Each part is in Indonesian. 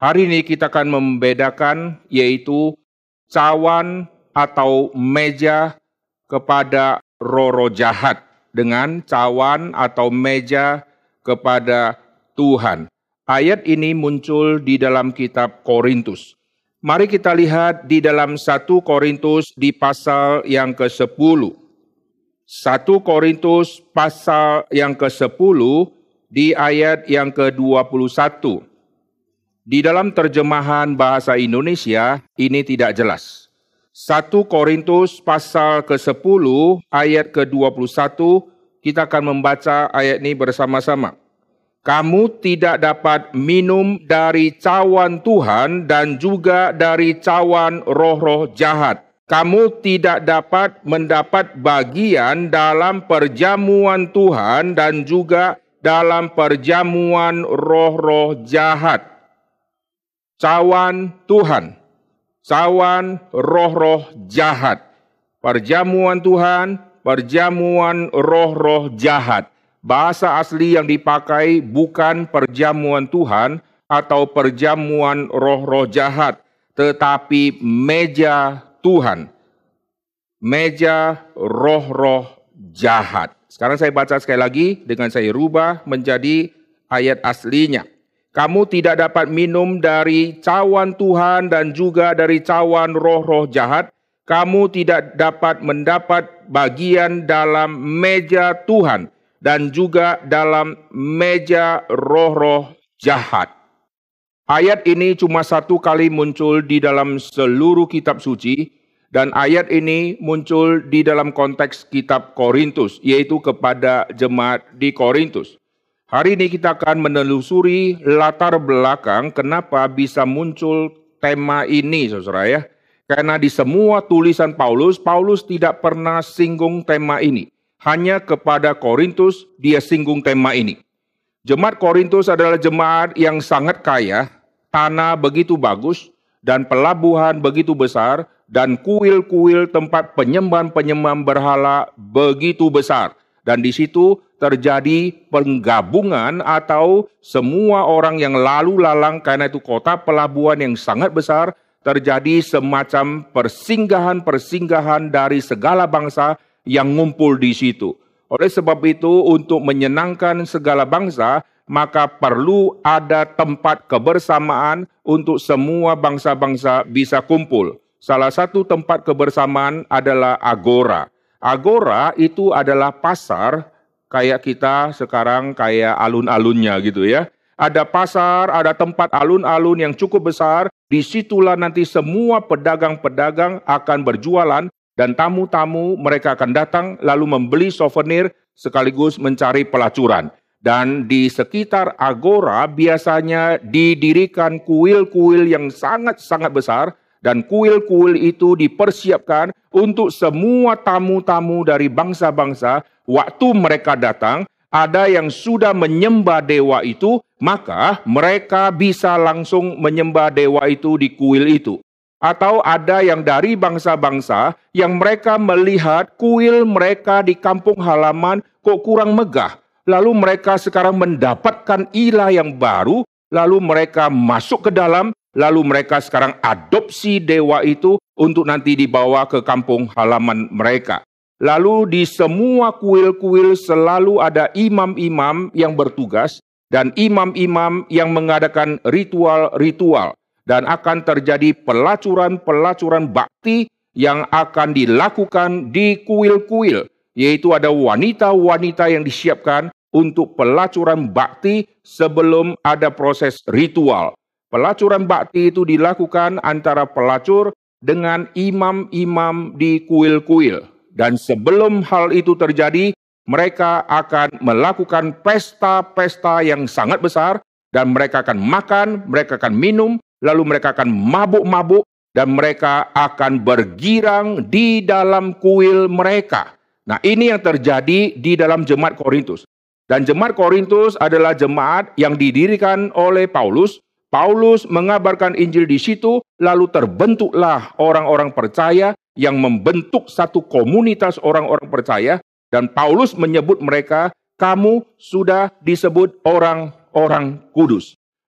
Hari ini kita akan membedakan yaitu cawan atau meja kepada roh-roh jahat dengan cawan atau meja kepada Tuhan. Ayat ini muncul di dalam kitab Korintus. Mari kita lihat di dalam 1 Korintus di pasal yang ke-10. 1 Korintus pasal yang ke-10 di ayat yang ke-21. Di dalam terjemahan bahasa Indonesia ini tidak jelas. 1 Korintus pasal ke-10 ayat ke-21, kita akan membaca ayat ini bersama-sama. Kamu tidak dapat minum dari cawan Tuhan dan juga dari cawan roh-roh jahat. Kamu tidak dapat mendapat bagian dalam perjamuan Tuhan dan juga dalam perjamuan roh-roh jahat. Cawan Tuhan, cawan roh-roh jahat. Perjamuan Tuhan, perjamuan roh-roh jahat. Bahasa asli yang dipakai bukan perjamuan Tuhan atau perjamuan roh-roh jahat, tetapi meja Tuhan, meja roh-roh jahat. Sekarang saya baca sekali lagi dengan saya rubah menjadi ayat aslinya. Kamu tidak dapat minum dari cawan Tuhan dan juga dari cawan roh-roh jahat. Kamu tidak dapat mendapat bagian dalam meja Tuhan dan juga dalam meja roh-roh jahat. Ayat ini cuma satu kali muncul di dalam seluruh kitab suci, dan ayat ini muncul di dalam konteks kitab Korintus, yaitu kepada jemaat di Korintus. Hari ini kita akan menelusuri latar belakang kenapa bisa muncul tema ini, saudara ya. Karena di semua tulisan Paulus tidak pernah singgung tema ini. Hanya kepada Korintus dia singgung tema ini. Jemaat Korintus adalah jemaat yang sangat kaya, tanah begitu bagus, dan pelabuhan begitu besar, dan kuil-kuil tempat penyembahan-penyembahan berhala begitu besar. Dan di situ terjadi penggabungan atau semua orang yang lalu lalang karena itu kota pelabuhan yang sangat besar, terjadi semacam persinggahan-persinggahan dari segala bangsa yang ngumpul di situ. Oleh sebab itu untuk menyenangkan segala bangsa, maka perlu ada tempat kebersamaan untuk semua bangsa-bangsa bisa kumpul. Salah satu tempat kebersamaan adalah agora. Agora itu adalah pasar, kayak kita sekarang kayak alun-alunnya gitu ya. Ada pasar, ada tempat alun-alun yang cukup besar, disitulah nanti semua pedagang-pedagang akan berjualan, dan tamu-tamu mereka akan datang lalu membeli souvenir sekaligus mencari pelacuran. Dan di sekitar agora biasanya didirikan kuil-kuil yang sangat-sangat besar, dan kuil-kuil itu dipersiapkan untuk semua tamu-tamu dari bangsa-bangsa. Waktu mereka datang, ada yang sudah menyembah dewa itu, maka mereka bisa langsung menyembah dewa itu di kuil itu. Atau ada yang dari bangsa-bangsa yang mereka melihat kuil mereka di kampung halaman kok kurang megah. Lalu mereka sekarang mendapatkan ilah yang baru, lalu mereka masuk ke dalam, lalu mereka sekarang adopsi dewa itu untuk nanti dibawa ke kampung halaman mereka. Lalu di semua kuil-kuil selalu ada imam-imam yang bertugas dan imam-imam yang mengadakan ritual-ritual. Dan akan terjadi pelacuran-pelacuran bakti yang akan dilakukan di kuil-kuil. Yaitu ada wanita-wanita yang disiapkan untuk pelacuran bakti sebelum ada proses ritual. Pelacuran bakti itu dilakukan antara pelacur dengan imam-imam di kuil-kuil. Dan sebelum hal itu terjadi, mereka akan melakukan pesta-pesta yang sangat besar, dan mereka akan makan, mereka akan minum, lalu mereka akan mabuk-mabuk, dan mereka akan bergirang di dalam kuil mereka. Nah, ini yang terjadi di dalam jemaat Korintus. Dan jemaat Korintus adalah jemaat yang didirikan oleh Paulus. Paulus mengabarkan Injil di situ, lalu terbentuklah orang-orang percaya yang membentuk satu komunitas orang-orang percaya, dan Paulus menyebut mereka, kamu sudah disebut orang-orang kudus.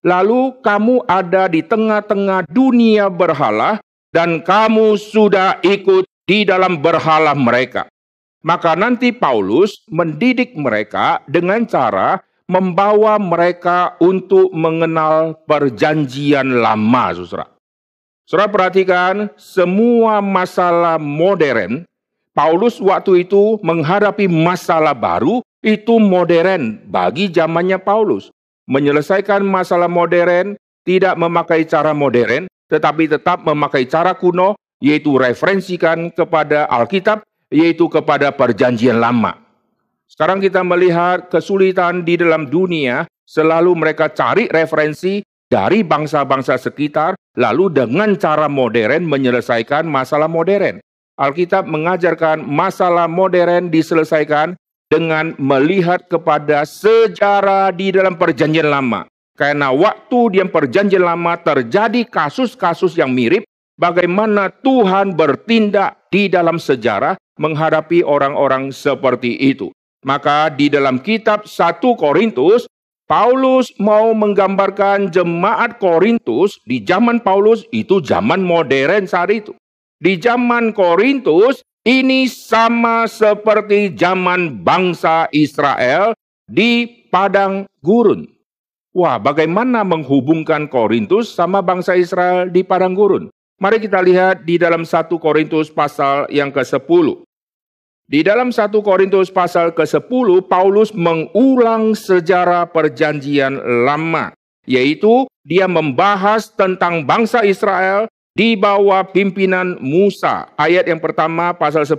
lalu kamu ada di tengah-tengah dunia berhala, dan kamu sudah ikut di dalam berhala mereka. Maka nanti Paulus mendidik mereka dengan cara membawa mereka untuk mengenal perjanjian lama, saudara. Saudara perhatikan, semua masalah modern, Paulus waktu itu menghadapi masalah baru, itu modern bagi zamannya Paulus. Menyelesaikan masalah modern, tidak memakai cara modern, tetapi tetap memakai cara kuno, yaitu referensikan kepada Alkitab, yaitu kepada perjanjian lama. Sekarang kita melihat kesulitan di dalam dunia, selalu mereka cari referensi dari bangsa-bangsa sekitar, lalu dengan cara modern menyelesaikan masalah modern. Alkitab mengajarkan masalah modern diselesaikan dengan melihat kepada sejarah di dalam perjanjian lama. Karena waktu di perjanjian lama terjadi kasus-kasus yang mirip, bagaimana Tuhan bertindak di dalam sejarah menghadapi orang-orang seperti itu. Maka di dalam kitab 1 Korintus, Paulus mau menggambarkan jemaat Korintus di zaman Paulus itu zaman modern saat itu. Di zaman Korintus ini sama seperti zaman bangsa Israel di padang gurun. Wah, bagaimana menghubungkan Korintus sama bangsa Israel di padang gurun? Mari kita lihat di dalam 1 Korintus pasal yang ke-10. Di dalam 1 Korintus pasal ke-10, Paulus mengulang sejarah perjanjian lama, yaitu dia membahas tentang bangsa Israel di bawah pimpinan Musa. Ayat yang pertama pasal 10.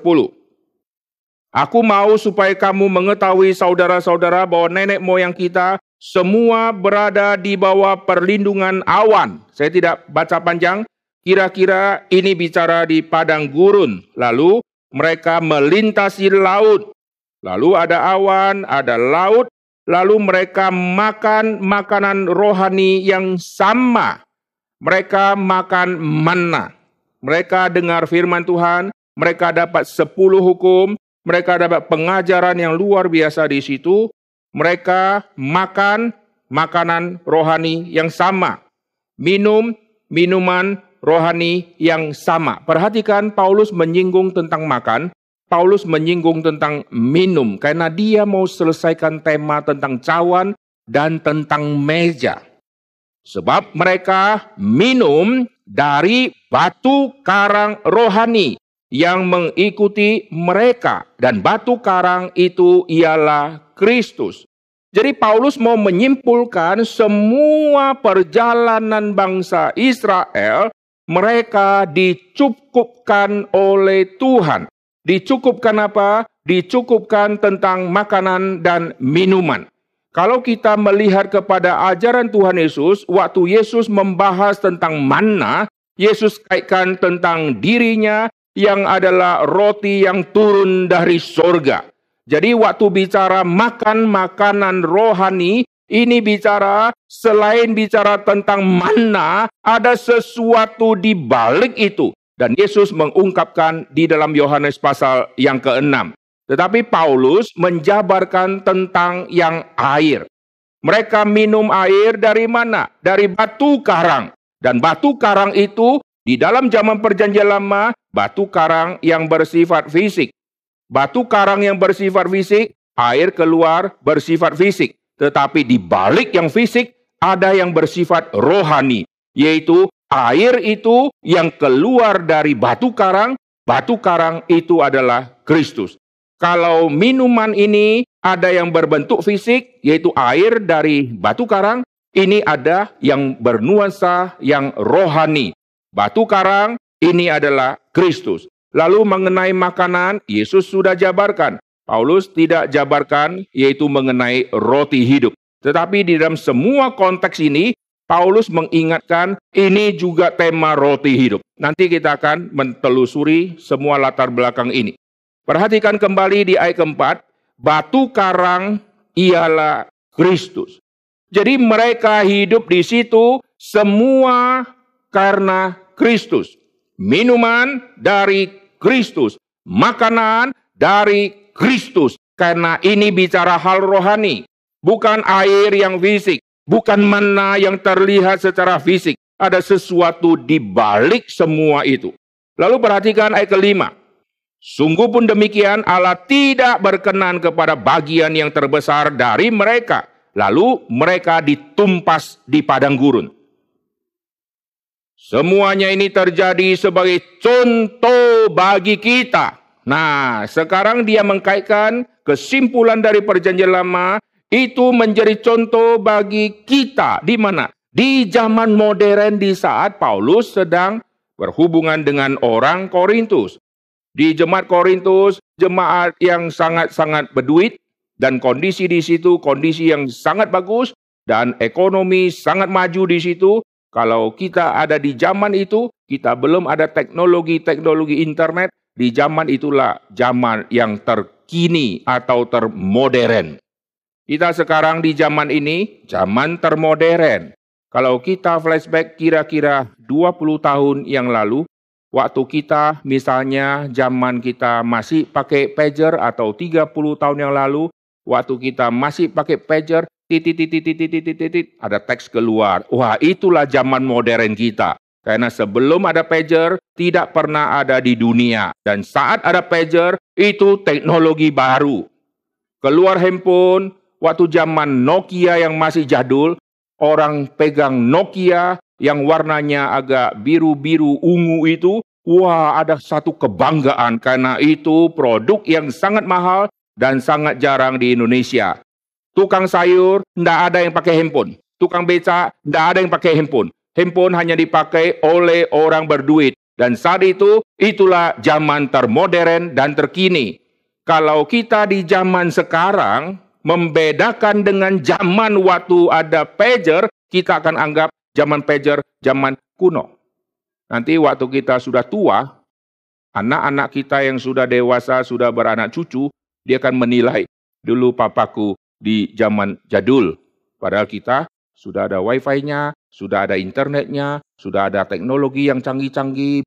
Aku mau supaya kamu mengetahui saudara-saudara bahwa nenek moyang kita semua berada di bawah perlindungan awan. Saya tidak baca panjang, kira-kira ini bicara di padang gurun. Lalu mereka melintasi laut. Lalu ada awan, ada laut. Lalu mereka makan makanan rohani yang sama. Mereka makan manna. Mereka dengar firman Tuhan. Mereka dapat 10 hukum. Mereka dapat pengajaran yang luar biasa di situ. Mereka makan makanan rohani yang sama. Minum minuman rohani yang sama. Perhatikan, Paulus menyinggung tentang makan. Paulus menyinggung tentang minum. Karena dia mau selesaikan tema tentang cawan dan tentang meja. Sebab mereka minum dari batu karang rohani yang mengikuti mereka. Dan batu karang itu ialah Kristus. Jadi Paulus mau menyimpulkan semua perjalanan bangsa Israel, mereka dicukupkan oleh Tuhan. Dicukupkan apa? Dicukupkan tentang makanan dan minuman. Kalau kita melihat kepada ajaran Tuhan Yesus, waktu Yesus membahas tentang manna, Yesus kaitkan tentang dirinya yang adalah roti yang turun dari surga. Jadi waktu bicara makan makanan rohani, ini bicara selain bicara tentang manna, ada sesuatu di balik itu. Dan Yesus mengungkapkan di dalam Yohanes pasal yang ke-6. Tetapi Paulus menjabarkan tentang yang air. Mereka minum air dari mana? Dari batu karang. Dan batu karang itu di dalam zaman perjanjian lama, batu karang yang bersifat fisik. Batu karang yang bersifat fisik, air keluar bersifat fisik. Tetapi di balik yang fisik, ada yang bersifat rohani. Yaitu air itu yang keluar dari batu karang itu adalah Kristus. Kalau minuman ini ada yang berbentuk fisik, yaitu air dari batu karang, ini ada yang bernuansa yang rohani. Batu karang, ini adalah Kristus. Lalu mengenai makanan, Yesus sudah jabarkan. Paulus tidak jabarkan, yaitu mengenai roti hidup. Tetapi di dalam semua konteks ini, Paulus mengingatkan, ini juga tema roti hidup. Nanti kita akan mentelusuri semua latar belakang ini. Perhatikan kembali di ayat keempat, batu karang ialah Kristus. Jadi mereka hidup di situ semua karena Kristus. Minuman dari Kristus, makanan dari Kristus. Karena ini bicara hal rohani, bukan air yang fisik. Bukan mana yang terlihat secara fisik. Ada sesuatu di balik semua itu. Lalu perhatikan ayat kelima. Sungguh pun demikian, Allah tidak berkenan kepada bagian yang terbesar dari mereka. Lalu mereka ditumpas di padang gurun. Semuanya ini terjadi sebagai contoh bagi kita. Nah, sekarang dia mengkaitkan kesimpulan dari Perjanjian Lama itu menjadi contoh bagi kita. Di mana? Di zaman modern, di saat Paulus sedang berhubungan dengan orang Korintus. Di jemaat Korintus, jemaat yang sangat-sangat berduit, dan kondisi di situ, kondisi yang sangat bagus, dan ekonomi sangat maju di situ. Kalau kita ada di zaman itu, kita belum ada teknologi internet, di zaman itulah zaman yang terkini atau termodern. Kita sekarang di zaman ini, zaman termodern. Kalau kita flashback kira-kira 20 tahun yang lalu, waktu kita misalnya zaman kita masih pakai pager atau 30 tahun yang lalu, waktu kita masih pakai pager, ada teks keluar. Wah, itulah zaman modern kita. Karena sebelum ada pager, tidak pernah ada di dunia. Dan saat ada pager, itu teknologi baru. Keluar handphone, waktu zaman Nokia yang masih jadul, orang pegang Nokia yang warnanya agak biru-biru ungu itu, wah, ada satu kebanggaan karena itu produk yang sangat mahal dan sangat jarang di Indonesia. Tukang sayur, tidak ada yang pakai handphone. Tukang beca, tidak ada yang pakai handphone. Handphone hanya dipakai oleh orang berduit. Dan saat itu, itulah zaman termodern dan terkini. Kalau kita di zaman sekarang, membedakan dengan zaman waktu ada pager, kita akan anggap zaman pager, zaman kuno. Nanti waktu kita sudah tua, anak-anak kita yang sudah dewasa, sudah beranak cucu, dia akan menilai, dulu papaku di zaman jadul. Padahal kita sudah ada wifi-nya, sudah ada internetnya, sudah ada teknologi yang canggih-canggih,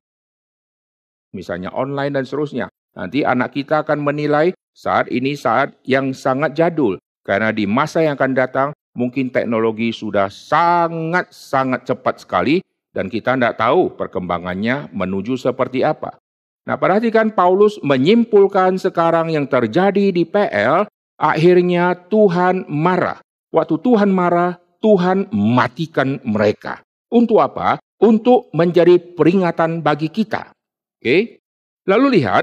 misalnya online dan seterusnya. Nanti anak kita akan menilai saat ini saat yang sangat jadul. Karena di masa yang akan datang, mungkin teknologi sudah sangat-sangat cepat sekali, dan kita tidak tahu perkembangannya menuju seperti apa. Nah, perhatikan Paulus menyimpulkan sekarang yang terjadi di PL, akhirnya Tuhan marah. Waktu Tuhan marah, Tuhan matikan mereka. Untuk apa? Untuk menjadi peringatan bagi kita. Oke? Lalu lihat,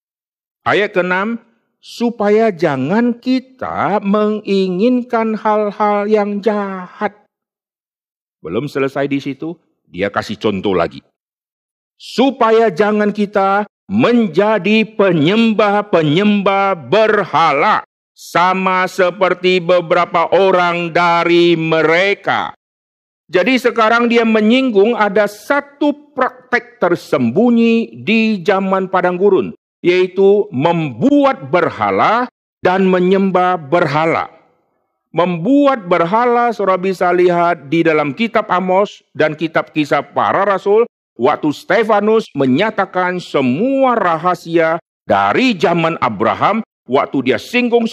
ayat ke-6, supaya jangan kita menginginkan hal-hal yang jahat. Belum selesai di situ, dia kasih contoh lagi. Supaya jangan kita menjadi penyembah-penyembah berhala, sama seperti beberapa orang dari mereka. Jadi sekarang dia menyinggung ada satu praktek tersembunyi di zaman padang gurun, yaitu membuat berhala dan menyembah berhala. Membuat berhala, saudara bisa lihat di dalam kitab Amos dan kitab Kisah Para Rasul, waktu Stefanus menyatakan semua rahasia dari zaman Abraham, waktu dia singgung,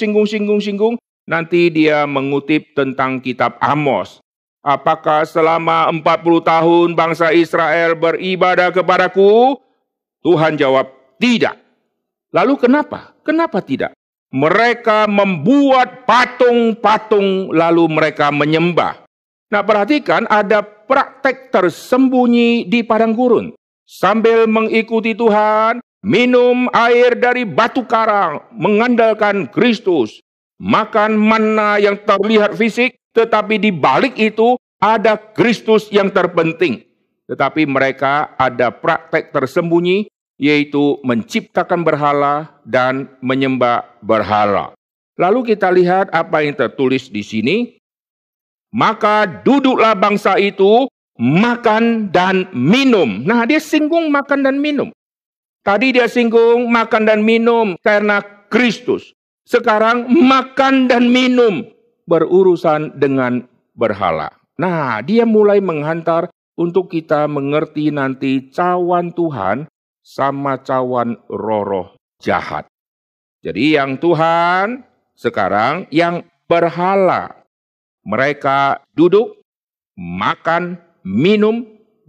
nanti dia mengutip tentang kitab Amos. Apakah selama 40 tahun bangsa Israel beribadah kepadaku? Tuhan jawab, tidak. Lalu kenapa? Kenapa tidak? Mereka membuat patung-patung lalu mereka menyembah. Nah, perhatikan ada praktek tersembunyi di padang gurun. Sambil mengikuti Tuhan, minum air dari batu karang, mengandalkan Kristus. Makan manna yang terlihat fisik, tetapi di balik itu ada Kristus yang terpenting. Tetapi mereka ada praktek tersembunyi, yaitu menciptakan berhala dan menyembah berhala. Lalu kita lihat apa yang tertulis di sini. Maka duduklah bangsa itu makan dan minum. Nah, dia singgung makan dan minum. Tadi dia singgung makan dan minum karena Kristus. Sekarang makan dan minum berurusan dengan berhala. Nah, dia mulai menghantar untuk kita mengerti nanti cawan Tuhan sama cawan roh-roh jahat. Jadi yang Tuhan sekarang yang berhala. Mereka duduk, makan, minum,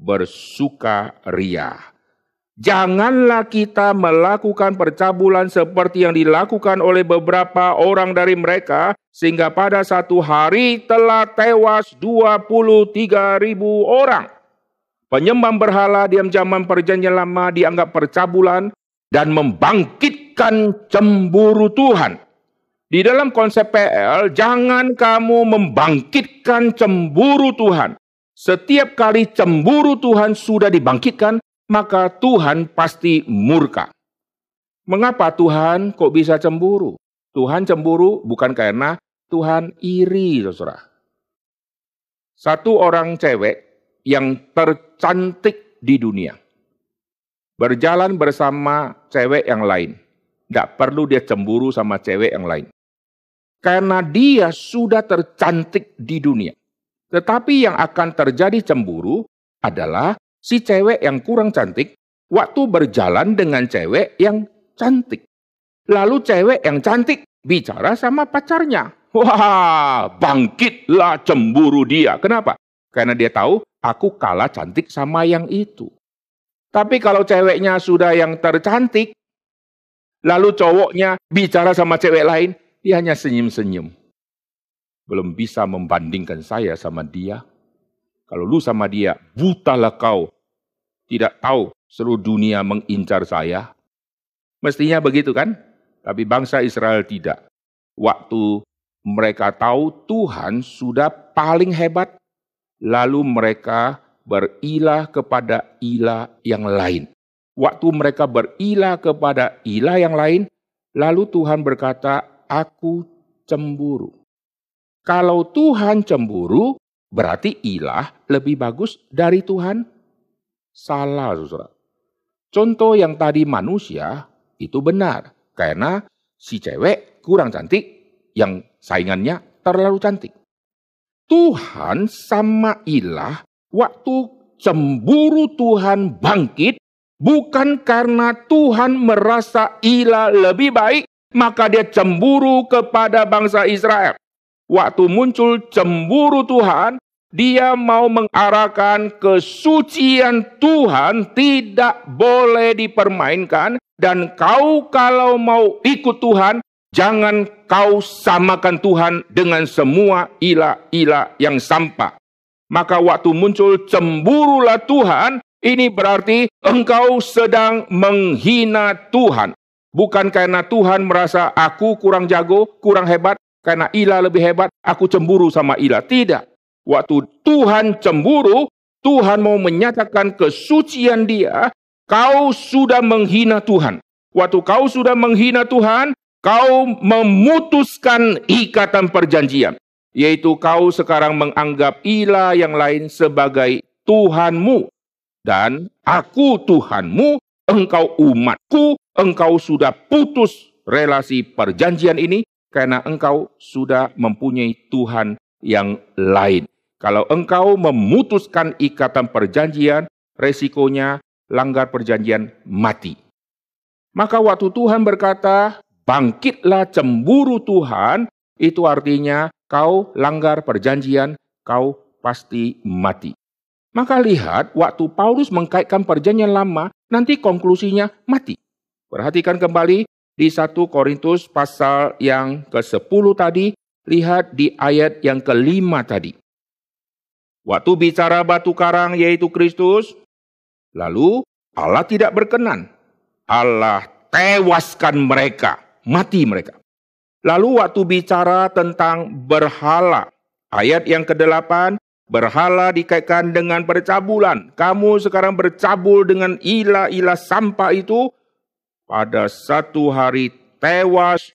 bersukaria. Janganlah kita melakukan percabulan seperti yang dilakukan oleh beberapa orang dari mereka, sehingga pada satu hari telah tewas 23.000 orang. Penyembah berhala di zaman Perjanjian Lama dianggap percabulan dan membangkitkan cemburu Tuhan. Di dalam konsep PL, jangan kamu membangkitkan cemburu Tuhan. Setiap kali cemburu Tuhan sudah dibangkitkan, maka Tuhan pasti murka. Mengapa Tuhan kok bisa cemburu? Tuhan cemburu bukan karena Tuhan iri, saudara. Satu orang cewek yang tercantik di dunia berjalan bersama cewek yang lain. Tidak perlu dia cemburu sama cewek yang lain. Karena dia sudah tercantik di dunia. Tetapi yang akan terjadi cemburu adalah si cewek yang kurang cantik waktu berjalan dengan cewek yang cantik. Lalu cewek yang cantik bicara sama pacarnya. Wah, bangkitlah cemburu dia. Kenapa? Karena dia tahu aku kalah cantik sama yang itu. Tapi kalau ceweknya sudah yang tercantik, lalu cowoknya bicara sama cewek lain, dia hanya senyum-senyum. Belum bisa membandingkan saya sama dia. Kalau lu sama dia, butalah kau. Tidak tahu seluruh dunia mengincar saya. Mestinya begitu kan? Tapi bangsa Israel tidak. Waktu mereka tahu Tuhan sudah paling hebat, lalu mereka berilah kepada ilah yang lain. Waktu mereka berilah kepada ilah yang lain, lalu Tuhan berkata, aku cemburu. Kalau Tuhan cemburu, berarti ilah lebih bagus dari Tuhan? Salah, saudara. Contoh yang tadi manusia itu benar. Karena si cewek kurang cantik, yang saingannya terlalu cantik. Tuhan sama ilah, waktu cemburu Tuhan bangkit, bukan karena Tuhan merasa ilah lebih baik, maka dia cemburu kepada bangsa Israel. Waktu muncul cemburu Tuhan, dia mau mengarahkan kesucian Tuhan tidak boleh dipermainkan. Dan kau kalau mau ikut Tuhan, jangan kau samakan Tuhan dengan semua ilah-ilah yang sampah. Maka waktu muncul cemburulah Tuhan, ini berarti engkau sedang menghina Tuhan. Bukan karena Tuhan merasa aku kurang jago, kurang hebat, karena ilah lebih hebat, aku cemburu sama ilah. Tidak. Waktu Tuhan cemburu, Tuhan mau menyatakan kesucian dia, kau sudah menghina Tuhan. Waktu kau sudah menghina Tuhan, kau memutuskan ikatan perjanjian. Yaitu kau sekarang menganggap ilah yang lain sebagai Tuhanmu. Dan aku Tuhanmu, engkau umatku, engkau sudah putus relasi perjanjian ini, karena engkau sudah mempunyai Tuhan yang lain. Kalau engkau memutuskan ikatan perjanjian, resikonya langgar perjanjian mati. Maka waktu Tuhan berkata, bangkitlah cemburu Tuhan, itu artinya kau langgar perjanjian, kau pasti mati. Maka lihat, waktu Paulus mengkaitkan perjanjian lama, nanti konklusinya mati. Perhatikan kembali di 1 Korintus pasal yang ke-10 tadi, lihat di ayat yang ke-5 tadi. Waktu bicara batu karang yaitu Kristus, lalu Allah tidak berkenan. Allah tewaskan mereka, mati mereka. Lalu waktu bicara tentang berhala, ayat yang ke-8, berhala dikaitkan dengan percabulan. Kamu sekarang bercabul dengan ilah-ilah sampah itu, pada satu hari tewas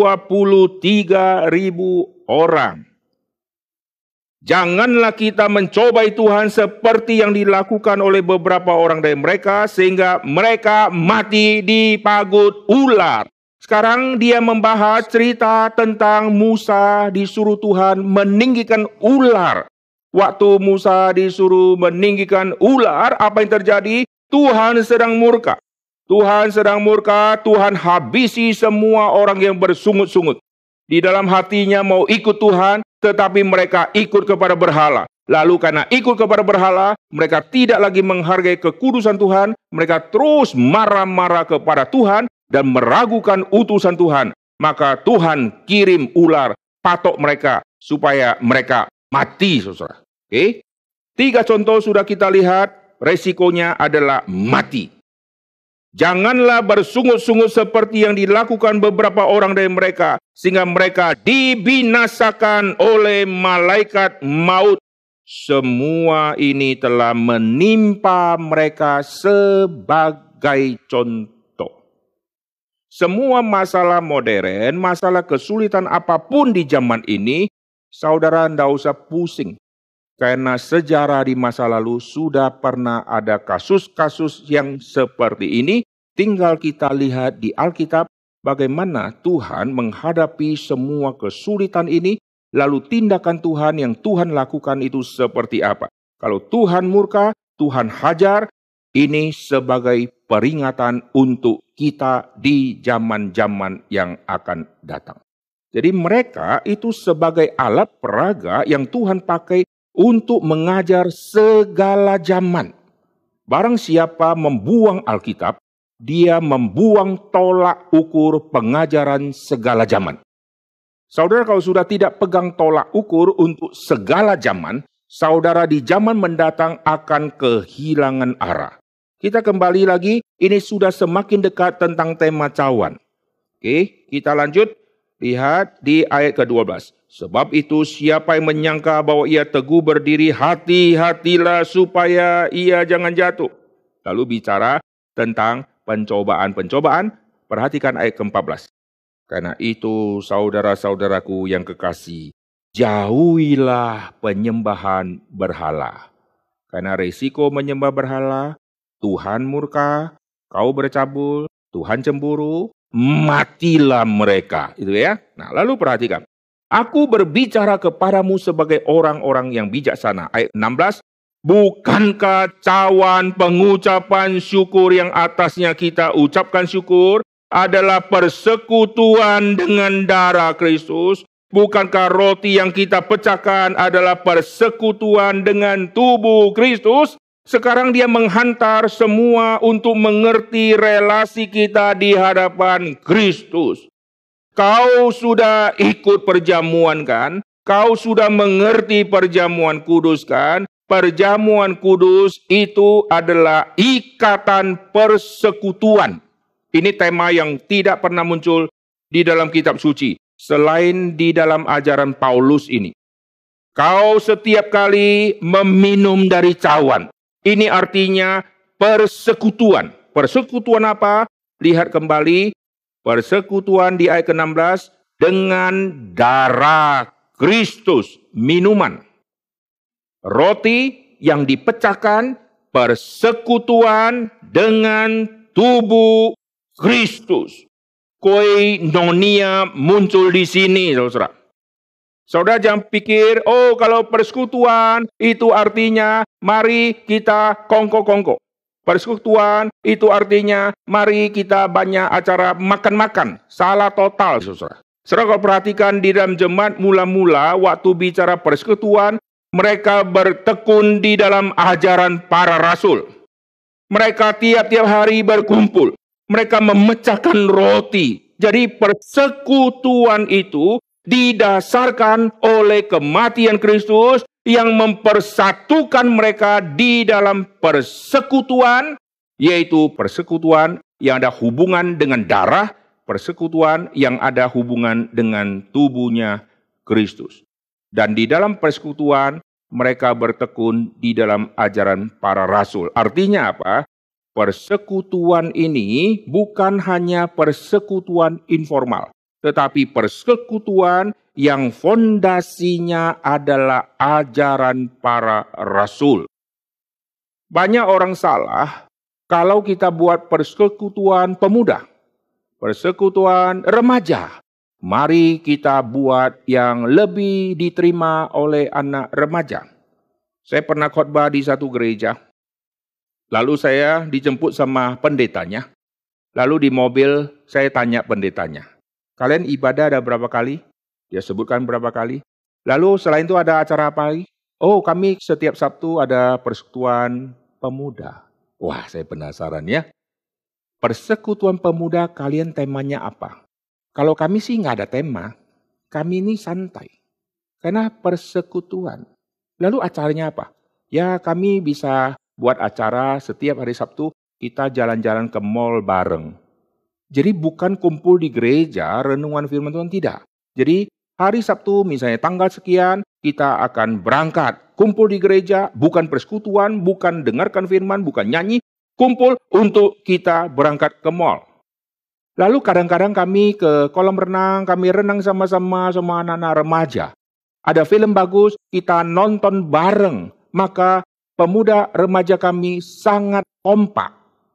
23.000 orang. Janganlah kita mencobai Tuhan seperti yang dilakukan oleh beberapa orang dari mereka, sehingga mereka mati di pagut ular. Sekarang dia membahas cerita tentang Musa disuruh Tuhan meninggikan ular. Waktu Musa disuruh meninggikan ular, apa yang terjadi? Tuhan sedang murka. Tuhan sedang murka, Tuhan habisi semua orang yang bersungut-sungut. Di dalam hatinya mau ikut Tuhan, tetapi mereka ikut kepada berhala. Lalu karena ikut kepada berhala, mereka tidak lagi menghargai kekudusan Tuhan, mereka terus marah-marah kepada Tuhan dan meragukan utusan Tuhan. Maka Tuhan kirim ular, patok mereka, supaya mereka mati, saudara. Oke? 3 contoh sudah kita lihat, resikonya adalah mati. Janganlah bersungut-sungut seperti yang dilakukan beberapa orang dari mereka, sehingga mereka dibinasakan oleh malaikat maut. Semua ini telah menimpa mereka sebagai contoh. Semua masalah modern, masalah kesulitan apapun di zaman ini, saudara tidak usah pusing. Karena sejarah di masa lalu sudah pernah ada kasus-kasus yang seperti ini. Tinggal kita lihat di Alkitab bagaimana Tuhan menghadapi semua kesulitan ini. Lalu tindakan Tuhan yang Tuhan lakukan itu seperti apa. Kalau Tuhan murka, Tuhan hajar. Ini sebagai peringatan untuk kita di zaman-zaman yang akan datang. Jadi mereka itu sebagai alat peraga yang Tuhan pakai untuk mengajar segala zaman. Barang siapa membuang Alkitab, dia membuang tolak ukur pengajaran segala zaman. Saudara, kalau sudah tidak pegang tolak ukur untuk segala zaman, saudara di zaman mendatang akan kehilangan arah. Kita kembali lagi, ini sudah semakin dekat tentang tema cawan. Oke, kita lanjut. Lihat di ayat ke-12. Sebab itu siapa yang menyangka bahwa ia teguh berdiri, hati-hatilah supaya ia jangan jatuh. Lalu bicara tentang pencobaan-pencobaan. Perhatikan ayat ke-14. Karena itu saudara-saudaraku yang kekasih, jauhilah penyembahan berhala. Karena resiko menyembah berhala, Tuhan murka, kau bercabul, Tuhan cemburu, matilah mereka. Itu ya. Nah, lalu perhatikan. Aku berbicara kepadamu sebagai orang-orang yang bijaksana. Ayat 16. Bukankah cawan pengucapan syukur yang atasnya kita ucapkan syukur adalah persekutuan dengan darah Kristus? Bukankah roti yang kita pecahkan adalah persekutuan dengan tubuh Kristus? Sekarang dia menghantar semua untuk mengerti relasi kita di hadapan Kristus. Kau sudah ikut perjamuan kan? Kau sudah mengerti perjamuan kudus kan? Perjamuan kudus itu adalah ikatan persekutuan. Ini tema yang tidak pernah muncul di dalam kitab suci. Selain di dalam ajaran Paulus ini. Kau setiap kali meminum dari cawan. Ini artinya persekutuan. Persekutuan apa? Lihat kembali. Persekutuan di ayat ke-16 dengan darah Kristus, minuman. Roti yang dipecahkan, persekutuan dengan tubuh Kristus. Koinonia muncul di sini, saudara. Saudara jangan pikir, oh kalau persekutuan itu artinya mari kita kongko-kongko. Persekutuan itu artinya mari kita banyak acara makan-makan. Salah total, saudara. Saudara kalau perhatikan di dalam jemaat mula-mula waktu bicara persekutuan, mereka bertekun di dalam ajaran para rasul. Mereka tiap-tiap hari berkumpul. Mereka memecahkan roti. Jadi persekutuan itu didasarkan oleh kematian Kristus yang mempersatukan mereka di dalam persekutuan, yaitu persekutuan yang ada hubungan dengan darah, persekutuan yang ada hubungan dengan tubuhnya Kristus. Dan di dalam persekutuan mereka bertekun di dalam ajaran para rasul. Artinya apa? Persekutuan ini bukan hanya persekutuan informal, tetapi persekutuan yang fondasinya adalah ajaran para rasul. Banyak orang salah kalau kita buat persekutuan pemuda, persekutuan remaja. Mari kita buat yang lebih diterima oleh anak remaja. Saya pernah khotbah di satu gereja. Lalu saya dijemput sama pendetanya. Lalu di mobil saya tanya pendetanya, kalian ibadah ada berapa kali? Dia sebutkan berapa kali. Lalu selain itu ada acara apa lagi? Oh, kami setiap Sabtu ada persekutuan pemuda. Wah, saya penasaran ya. Persekutuan pemuda kalian temanya apa? Kalau kami sih nggak ada tema. Kami ini santai. Karena persekutuan. Lalu acaranya apa? Ya kami bisa buat acara setiap hari Sabtu kita jalan-jalan ke mall bareng. Jadi bukan kumpul di gereja renungan firman Tuhan, tidak. Jadi hari Sabtu misalnya tanggal sekian kita akan berangkat. Kumpul di gereja, bukan persekutuan, bukan dengarkan firman, bukan nyanyi. Kumpul untuk kita berangkat ke mall. Lalu kadang-kadang kami ke kolam renang, kami renang sama-sama sama anak-anak remaja. Ada film bagus, kita nonton bareng. Maka pemuda remaja kami sangat kompak.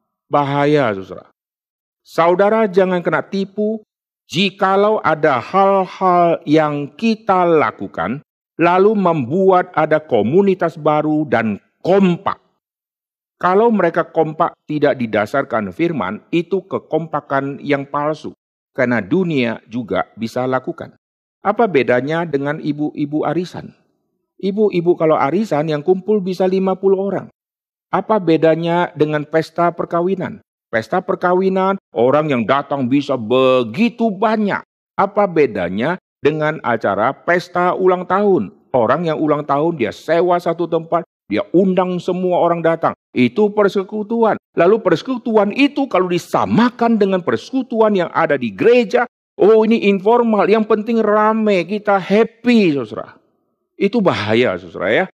Bahaya, saudara. Saudara jangan kena tipu jikalau ada hal-hal yang kita lakukan, lalu membuat ada komunitas baru dan kompak. Kalau mereka kompak tidak didasarkan firman, itu kekompakan yang palsu. Karena dunia juga bisa lakukan. Apa bedanya dengan ibu-ibu arisan? Ibu-ibu kalau arisan yang kumpul bisa 50 orang. Apa bedanya dengan pesta perkawinan? Pesta perkawinan, orang yang datang bisa begitu banyak. Apa bedanya dengan acara pesta ulang tahun? Orang yang ulang tahun dia sewa satu tempat, dia undang semua orang datang. Itu persekutuan. Lalu persekutuan itu kalau disamakan dengan persekutuan yang ada di gereja, oh ini informal, yang penting rame, kita happy, saudara. Itu bahaya, saudara ya.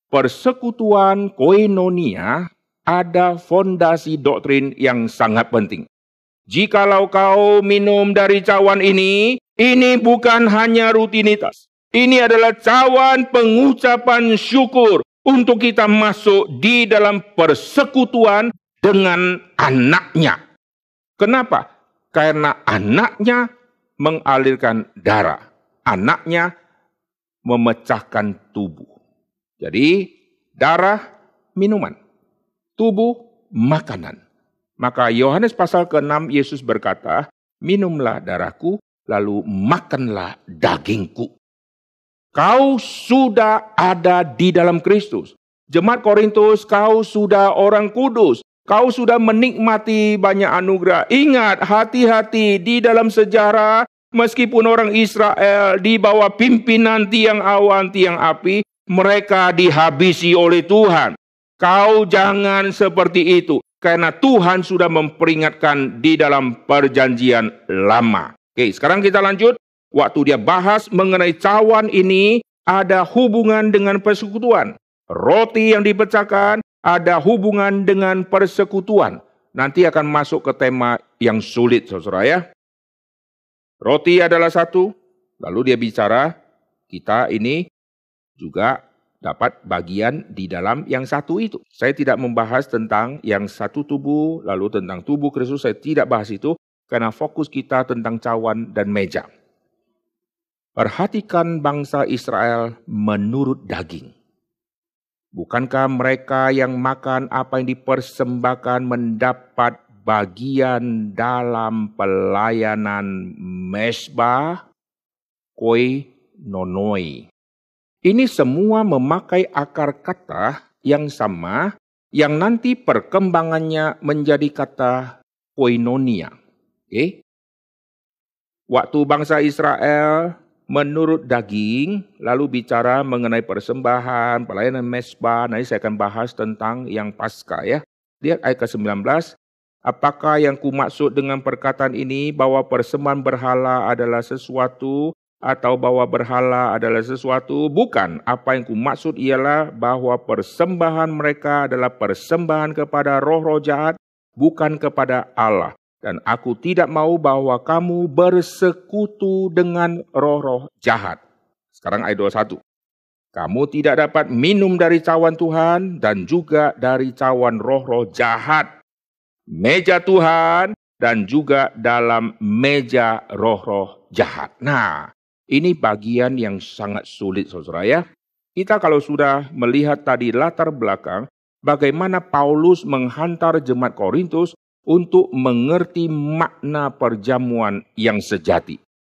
Persekutuan koinonia ada fondasi doktrin yang sangat penting. Jikalau kau minum dari cawan ini bukan hanya rutinitas. Ini adalah cawan pengucapan syukur untuk kita masuk di dalam persekutuan dengan anaknya. Kenapa? Karena anaknya mengalirkan darah. Anaknya memecahkan tubuh. Jadi darah minuman, tubuh makanan. Maka Yohanes pasal ke-6 Yesus berkata, minumlah darahku lalu makanlah dagingku. Kau sudah ada di dalam Kristus. Jemaat Korintus, kau sudah orang kudus. Kau sudah menikmati banyak anugerah. Ingat, hati-hati di dalam sejarah, meskipun orang Israel di bawah pimpinan tiang awan, tiang api, mereka dihabisi oleh Tuhan. Kau jangan seperti itu. Karena Tuhan sudah memperingatkan di dalam perjanjian lama. Oke, sekarang kita lanjut. Waktu dia bahas mengenai cawan ini, ada hubungan dengan persekutuan. Roti yang dipecahkan, ada hubungan dengan persekutuan. Nanti akan masuk ke tema yang sulit, saudara ya. Roti adalah satu, lalu dia bicara, kita ini juga dapat bagian di dalam yang satu itu. Saya tidak membahas tentang yang satu tubuh, lalu tentang tubuh Kristus, saya tidak bahas itu, karena fokus kita tentang cawan dan meja. Perhatikan bangsa Israel menurut daging. Bukankah mereka yang makan apa yang dipersembahkan mendapat bagian dalam pelayanan mesbah koinonoi? Ini semua memakai akar kata yang sama, yang nanti perkembangannya menjadi kata koinonia. Okay? Waktu bangsa Israel menurut daging, lalu bicara mengenai persembahan, pelayanan mesbah, nanti saya akan bahas tentang yang Paskah ya. Lihat ayat ke-19, apakah yang kumaksud dengan perkataan ini bahwa persembahan berhala adalah sesuatu atau bahwa berhala adalah sesuatu? Bukan, apa yang kumaksud ialah bahwa persembahan mereka adalah persembahan kepada roh-roh jahat, bukan kepada Allah. Dan aku tidak mau bahwa kamu bersekutu dengan roh-roh jahat. Sekarang ayat 21. Kamu tidak dapat minum dari cawan Tuhan dan juga dari cawan roh-roh jahat. Meja Tuhan dan juga dalam meja roh-roh jahat. Nah, ini bagian yang sangat sulit, saudara ya. Kita kalau sudah melihat tadi latar belakang, bagaimana Paulus menghantar jemaat Korintus untuk mengerti makna perjamuan yang sejati.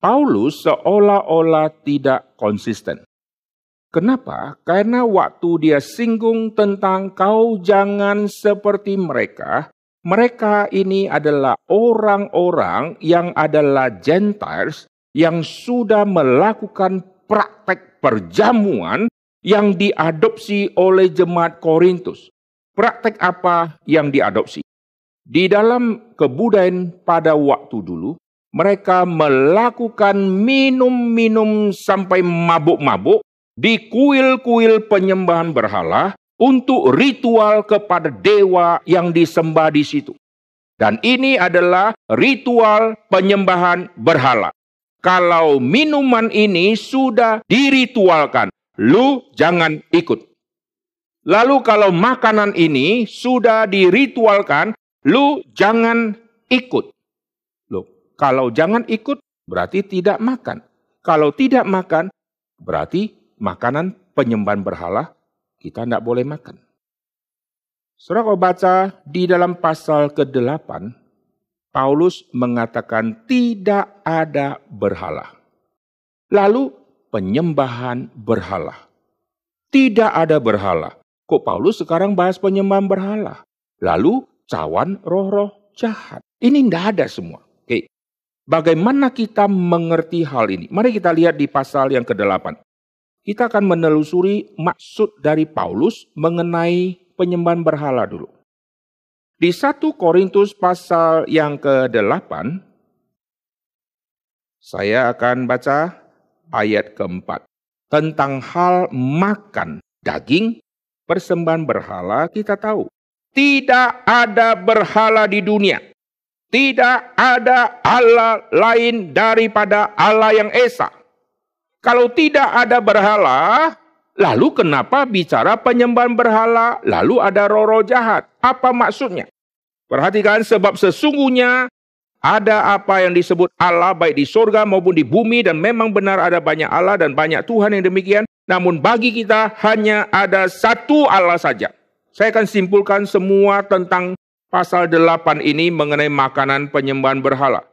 Paulus seolah-olah tidak konsisten. Kenapa? Karena waktu dia singgung tentang kau jangan seperti mereka, mereka ini adalah orang-orang yang adalah Gentiles yang sudah melakukan praktek perjamuan yang diadopsi oleh jemaat Korintus. Praktek apa yang diadopsi? Di dalam kebudayaan pada waktu dulu, mereka melakukan minum-minum sampai mabuk-mabuk di kuil-kuil penyembahan berhala untuk ritual kepada dewa yang disembah di situ. Dan ini adalah ritual penyembahan berhala. Kalau minuman ini sudah diritualkan, lu jangan ikut. Lalu kalau makanan ini sudah diritualkan, lu jangan ikut. Loh, kalau jangan ikut berarti tidak makan. Kalau tidak makan berarti makanan penyembahan berhala kita tidak boleh makan. Saudara kau baca di dalam pasal ke-8, Paulus mengatakan tidak ada berhala. Lalu penyembahan berhala. Tidak ada berhala. Kok Paulus sekarang bahas penyembahan berhala? Lalu cawan roh-roh jahat. Ini tidak ada semua. Oke. Bagaimana kita mengerti hal ini? Mari kita lihat di pasal yang ke-8. Kita akan menelusuri maksud dari Paulus mengenai penyembahan berhala dulu. Di 1 Korintus pasal yang ke-8, saya akan baca ayat ke-4. Tentang hal makan daging, persembahan berhala kita tahu. Tidak ada berhala di dunia. Tidak ada Allah lain daripada Allah yang Esa. Kalau tidak ada berhala, lalu kenapa bicara penyembahan berhala? Lalu ada roh-roh jahat. Apa maksudnya? Perhatikan, sebab sesungguhnya ada apa yang disebut Allah baik di surga maupun di bumi, dan memang benar ada banyak Allah dan banyak Tuhan yang demikian. Namun bagi kita hanya ada satu Allah saja. Saya akan simpulkan semua tentang pasal 8 ini mengenai makanan penyembahan berhala.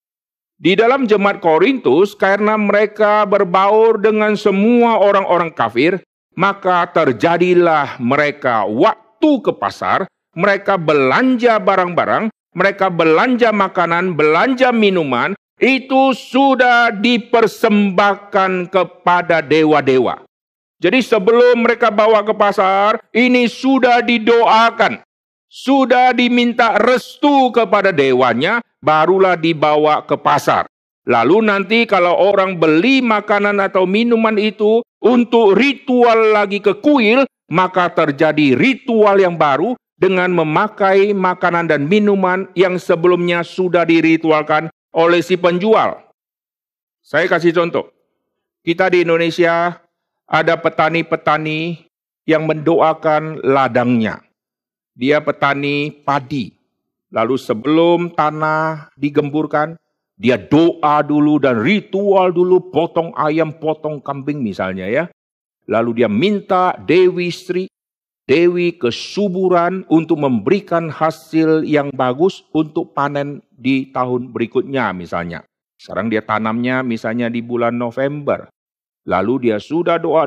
Di dalam jemaat Korintus, karena mereka berbaur dengan semua orang-orang kafir, maka terjadilah mereka waktu ke pasar, mereka belanja barang-barang, mereka belanja makanan, belanja minuman, itu sudah dipersembahkan kepada dewa-dewa. Jadi sebelum mereka bawa ke pasar, ini sudah didoakan, sudah diminta restu kepada dewanya, barulah dibawa ke pasar. Lalu nanti kalau orang beli makanan atau minuman itu untuk ritual lagi ke kuil, maka terjadi ritual yang baru dengan memakai makanan dan minuman yang sebelumnya sudah diritualkan oleh si penjual. Saya kasih contoh. Kita di Indonesia ada petani-petani yang mendoakan ladangnya. Dia petani padi. Lalu sebelum tanah digemburkan, dia doa dulu dan ritual dulu, potong ayam, potong kambing misalnya ya. Lalu dia minta Dewi Sri, Dewi kesuburan untuk memberikan hasil yang bagus untuk panen di tahun berikutnya misalnya. Sekarang dia tanamnya misalnya di bulan November. Lalu dia sudah doa,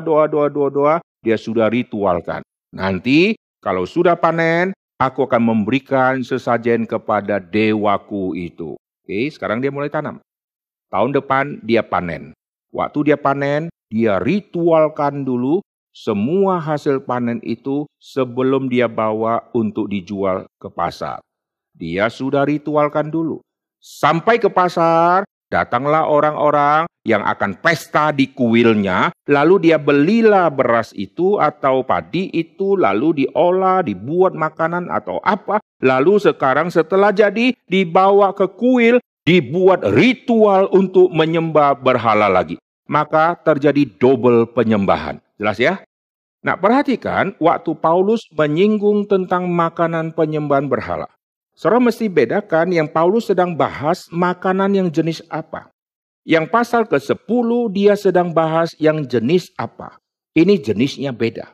dia sudah ritualkan. Nanti kalau sudah panen, aku akan memberikan sesajen kepada dewaku itu. Oke, sekarang dia mulai tanam. Tahun depan dia panen. Waktu dia panen, dia ritualkan dulu semua hasil panen itu sebelum dia bawa untuk dijual ke pasar. Dia sudah ritualkan dulu. Sampai ke pasar, datanglah orang-orang yang akan pesta di kuilnya, lalu dia belilah beras itu atau padi itu, lalu diolah, dibuat makanan atau apa. Lalu sekarang setelah jadi, dibawa ke kuil, dibuat ritual untuk menyembah berhala lagi. Maka terjadi double penyembahan. Jelas ya? Nah, perhatikan waktu Paulus menyinggung tentang makanan penyembahan berhala. Saudara mesti bedakan yang Paulus sedang bahas makanan yang jenis apa. Yang pasal ke-10 dia sedang bahas yang jenis apa. Ini jenisnya beda.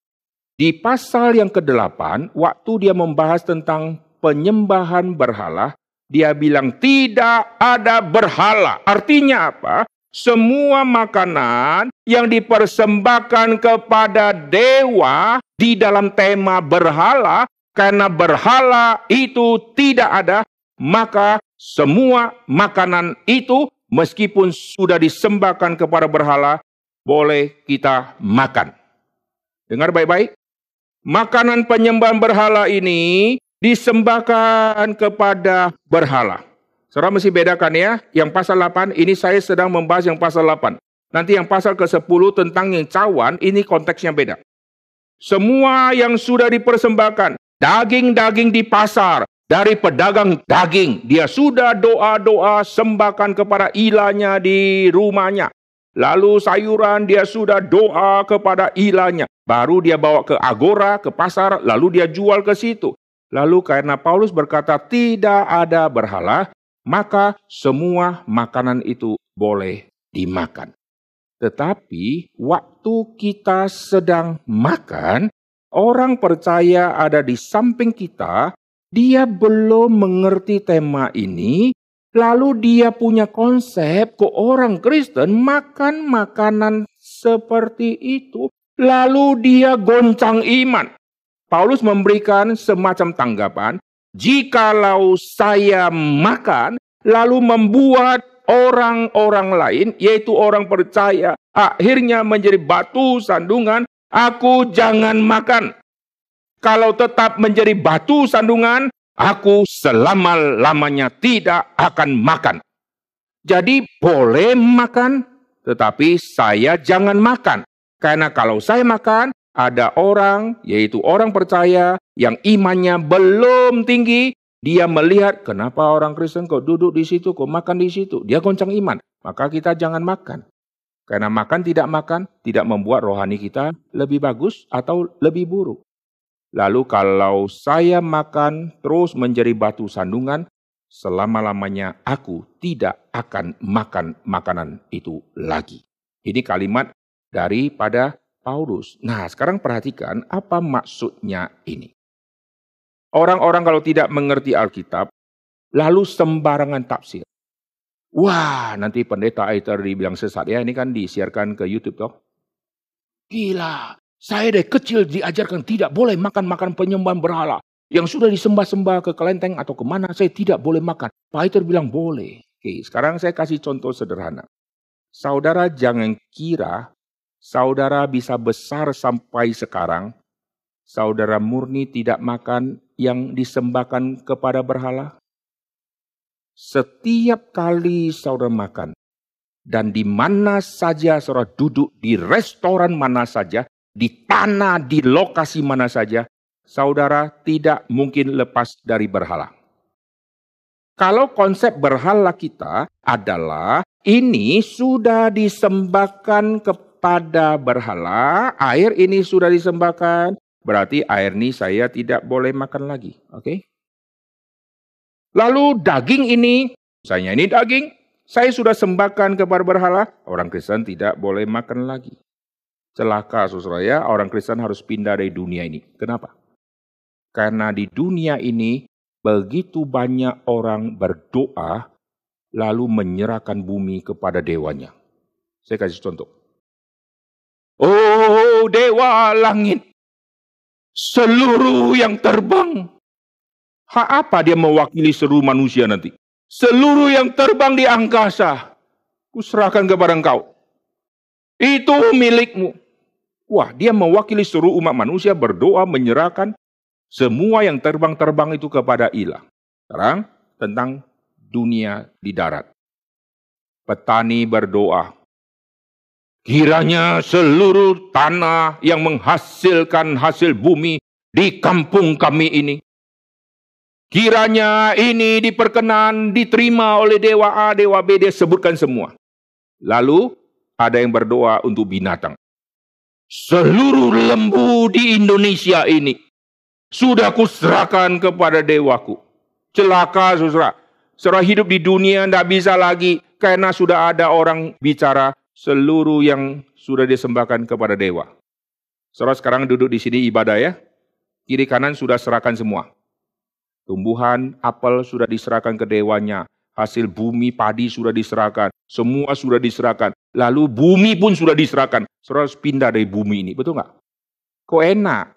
Di pasal yang ke-8, waktu dia membahas tentang penyembahan berhala, Dia bilang tidak ada berhala. Artinya apa? Semua makanan yang dipersembahkan kepada dewa di dalam tema berhala, karena berhala itu tidak ada, maka semua makanan itu meskipun sudah disembahkan kepada berhala, boleh kita makan. Dengar baik-baik. Makanan penyembahan berhala ini disembahkan kepada berhala. Saudara mesti bedakan ya, yang pasal 8, ini saya sedang membahas yang pasal 8. Nanti yang pasal ke-10 tentang yang cawan, ini konteksnya beda. Semua yang sudah dipersembahkan, daging-daging di pasar, dari pedagang daging, dia sudah doa-doa sembahkan kepada ilahnya di rumahnya. Lalu sayuran dia sudah doa kepada ilahnya. Baru dia bawa ke agora, ke pasar, lalu dia jual ke situ. Lalu karena Paulus berkata tidak ada berhala, maka semua makanan itu boleh dimakan. Tetapi waktu kita sedang makan, orang percaya ada di samping kita, dia belum mengerti tema ini, lalu dia punya konsep ke orang Kristen makan makanan seperti itu, lalu dia goncang iman. Paulus memberikan semacam tanggapan, jikalau saya makan, lalu membuat orang-orang lain, yaitu orang percaya, akhirnya menjadi batu sandungan, aku jangan makan. Kalau tetap menjadi batu sandungan, aku selama-lamanya tidak akan makan. Jadi boleh makan, tetapi saya jangan makan. Karena kalau saya makan, ada orang, yaitu orang percaya, yang imannya belum tinggi, dia melihat, kenapa orang Kristen kok duduk di situ, kok makan di situ? Dia goncang iman. Maka kita jangan makan. Karena makan, tidak membuat rohani kita lebih bagus atau lebih buruk. Lalu kalau saya makan terus menjadi batu sandungan, selama-lamanya aku tidak akan makan makanan itu lagi. Ini kalimat daripada Paulus. Nah, sekarang perhatikan apa maksudnya ini. Orang-orang kalau tidak mengerti Alkitab, lalu sembarangan tafsir. Wah, nanti pendeta Aiter dibilang sesat ya, ini kan disiarkan ke YouTube toh. Gila, saya dari kecil diajarkan tidak boleh makan penyembahan berhala. Yang sudah disembah-sembah ke kelenteng atau kemana, saya tidak boleh makan. Pak Aiter bilang boleh. Oke, sekarang saya kasih contoh sederhana. Saudara jangan kira saudara bisa besar sampai sekarang, saudara murni tidak makan yang disembahkan kepada berhala. Setiap kali saudara makan, dan di mana saja saudara duduk, di restoran mana saja, di tanah, di lokasi mana saja, saudara tidak mungkin lepas dari berhala. Kalau konsep berhala kita adalah, ini sudah disembahkan kepada berhala, air ini sudah disembahkan, berarti air ini saya tidak boleh makan lagi. Oke? Lalu daging ini, misalnya ini daging, saya sudah sembahkan kepada berhala, orang Kristen tidak boleh makan lagi. Celaka saudara ya, orang Kristen harus pindah dari dunia ini. Kenapa? Karena di dunia ini, begitu banyak orang berdoa, lalu menyerahkan bumi kepada dewanya. Saya kasih contoh. Oh dewa langit, seluruh yang terbang. Hak apa dia mewakili seluruh manusia nanti? Seluruh yang terbang di angkasa, kuserahkan kepada engkau. Itu milikmu. Wah, dia mewakili seluruh umat manusia berdoa menyerahkan semua yang terbang-terbang itu kepada ilah. Sekarang tentang dunia di darat. Petani berdoa. Kiranya seluruh tanah yang menghasilkan hasil bumi di kampung kami ini, kiranya ini diperkenan, diterima oleh dewa A, dewa B, dia sebutkan semua. Lalu ada yang berdoa untuk binatang. Seluruh lembu di Indonesia ini sudah kuserahkan kepada dewaku. Celaka saudara. Saudara hidup di dunia tidak bisa lagi karena sudah ada orang bicara seluruh yang sudah disembahkan kepada dewa. Saudara sekarang duduk di sini ibadah ya. Kiri kanan sudah serahkan semua. Tumbuhan apel sudah diserahkan ke dewanya. Hasil bumi padi sudah diserahkan. Semua sudah diserahkan. Lalu bumi pun sudah diserahkan. Saudara harus pindah dari bumi ini. Betul nggak? Kok enak?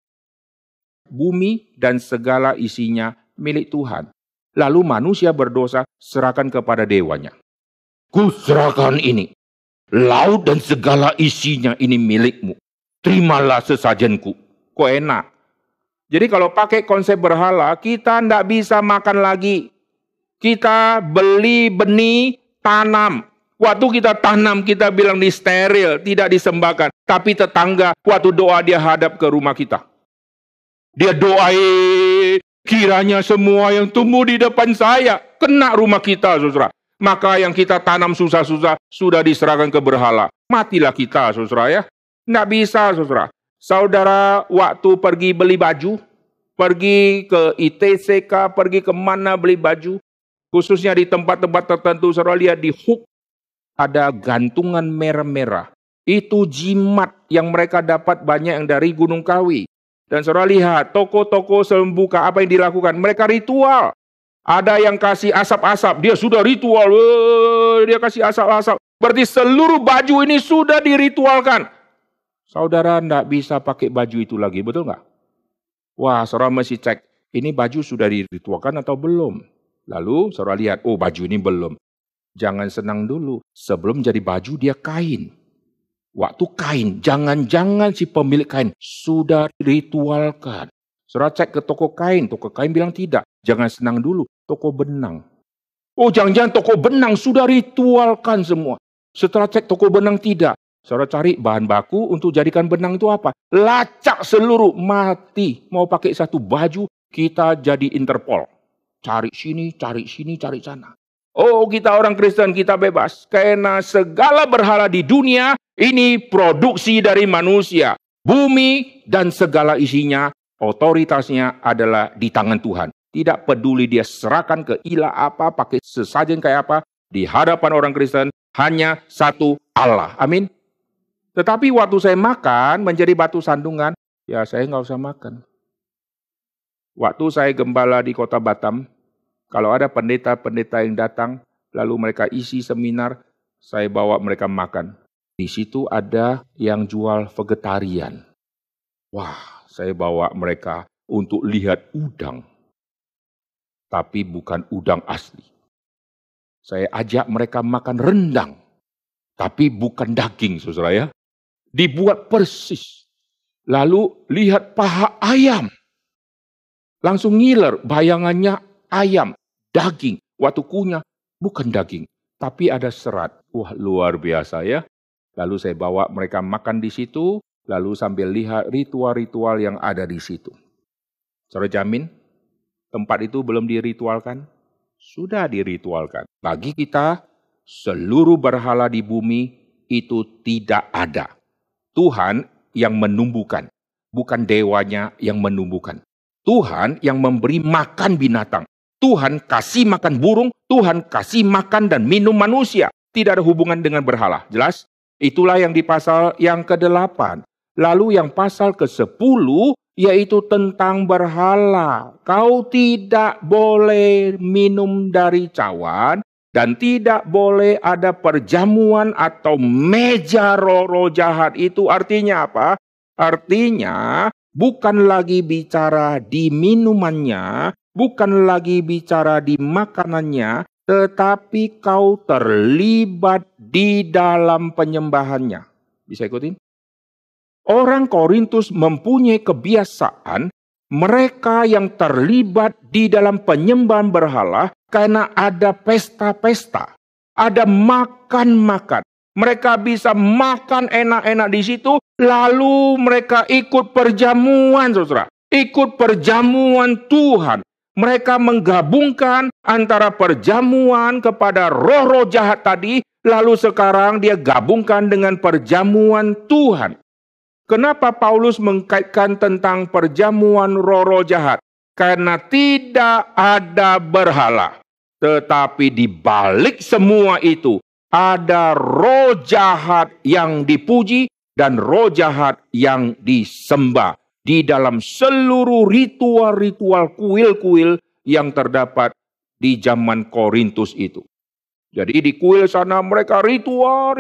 Bumi dan segala isinya milik Tuhan. Lalu manusia berdosa serahkan kepada dewanya. Ku serahkan ini. Laut dan segala isinya ini milikmu. Terimalah sesajenku. Kok enak? Jadi kalau pakai konsep berhala, kita tidak bisa makan lagi. Kita beli benih, tanam. Waktu kita tanam, kita bilang di steril, tidak disembahkan. Tapi tetangga, waktu doa dia hadap ke rumah kita. Dia doain, kiranya semua yang tumbuh di depan saya, kena rumah kita, saudara. Maka yang kita tanam susah-susah, sudah diserahkan ke berhala. Matilah kita, saudara ya. Tidak bisa, saudara. Saudara waktu pergi beli baju, pergi ke ITCK, pergi kemana beli baju, khususnya di tempat-tempat tertentu, saudara lihat di hook, ada gantungan merah-merah. Itu jimat yang mereka dapat banyak yang dari Gunung Kawi. Dan saudara lihat, toko-toko sebelum buka, apa yang dilakukan? Mereka ritual. Ada yang kasih asap-asap, dia sudah ritual, dia kasih asap-asap. Berarti seluruh baju ini sudah diritualkan. Saudara tidak bisa pakai baju itu lagi, betul nggak? Wah, saudara mesti cek, ini baju sudah diritualkan atau belum? Lalu saudara lihat, oh baju ini belum. Jangan senang dulu, sebelum jadi baju dia kain. Waktu kain, jangan-jangan si pemilik kain sudah diritualkan. Saudara cek ke toko kain bilang tidak. Jangan senang dulu, toko benang. Oh jangan-jangan toko benang sudah ritualkan semua. Setelah cek toko benang tidak. Saudara cari bahan baku untuk jadikan benang itu apa? Lacak seluruh, mati. Mau pakai satu baju, kita jadi Interpol. Cari sini, cari sana. Oh kita orang Kristen, kita bebas. Karena segala berhala di dunia, ini produksi dari manusia. Bumi dan segala isinya, otoritasnya adalah di tangan Tuhan. Tidak peduli dia serahkan ke ilah apa, pakai sesajen kayak apa. Di hadapan orang Kristen, hanya satu Allah. Amin. Tetapi waktu saya makan menjadi batu sandungan, ya saya nggak usah makan. Waktu saya gembala di kota Batam, kalau ada pendeta-pendeta yang datang, lalu mereka isi seminar, saya bawa mereka makan. Di situ ada yang jual vegetarian. Wah, saya bawa mereka untuk lihat udang. Tapi bukan udang asli. Saya ajak mereka makan rendang. Tapi bukan daging, saudara ya. Dibuat persis. Lalu lihat paha ayam. Langsung ngiler, bayangannya ayam, daging. Waktu kunyah, bukan daging. Tapi ada serat. Wah, luar biasa ya. Lalu saya bawa mereka makan di situ. Lalu sambil lihat ritual-ritual yang ada di situ. Saudara jamin, tempat itu belum diritualkan? Sudah diritualkan. Bagi kita, seluruh berhala di bumi itu tidak ada. Tuhan yang menumbuhkan, bukan dewanya yang menumbuhkan. Tuhan yang memberi makan binatang. Tuhan kasih makan burung, Tuhan kasih makan dan minum manusia. Tidak ada hubungan dengan berhala. Jelas? Itulah yang di pasal yang ke-8. Lalu yang pasal ke-10 yaitu tentang berhala. Kau tidak boleh minum dari cawan dan tidak boleh ada perjamuan atau meja roh-roh jahat. Itu artinya apa? Artinya bukan lagi bicara di minumannya, bukan lagi bicara di makanannya, tetapi kau terlibat di dalam penyembahannya. Bisa ikutin? Orang Korintus mempunyai kebiasaan mereka yang terlibat di dalam penyembahan berhala karena ada pesta-pesta, ada makan-makan. Mereka bisa makan enak-enak di situ, lalu mereka ikut perjamuan, saudara. Ikut perjamuan Tuhan. Mereka menggabungkan antara perjamuan kepada roh-roh jahat tadi, lalu sekarang dia gabungkan dengan perjamuan Tuhan. Kenapa Paulus mengkaitkan tentang perjamuan roh-roh jahat? Karena tidak ada berhala. Tetapi di balik semua itu, ada roh jahat yang dipuji dan roh jahat yang disembah. Di dalam seluruh ritual-ritual kuil-kuil yang terdapat di zaman Korintus itu. Jadi di kuil sana mereka ritual.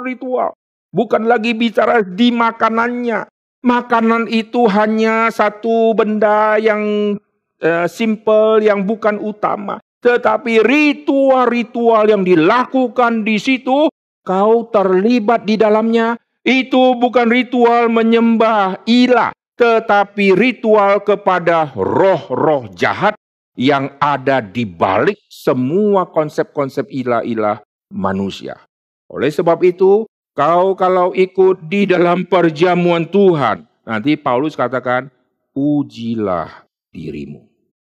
Bukan lagi bicara di makanannya. Makanan itu hanya satu benda yang simple, yang bukan utama. Tetapi ritual-ritual yang dilakukan di situ, kau terlibat di dalamnya. Itu bukan ritual menyembah ilah, tetapi ritual kepada roh-roh jahat yang ada di balik semua konsep-konsep ilah-ilah manusia. Oleh sebab itu, kau kalau ikut di dalam perjamuan Tuhan, nanti Paulus katakan, ujilah dirimu.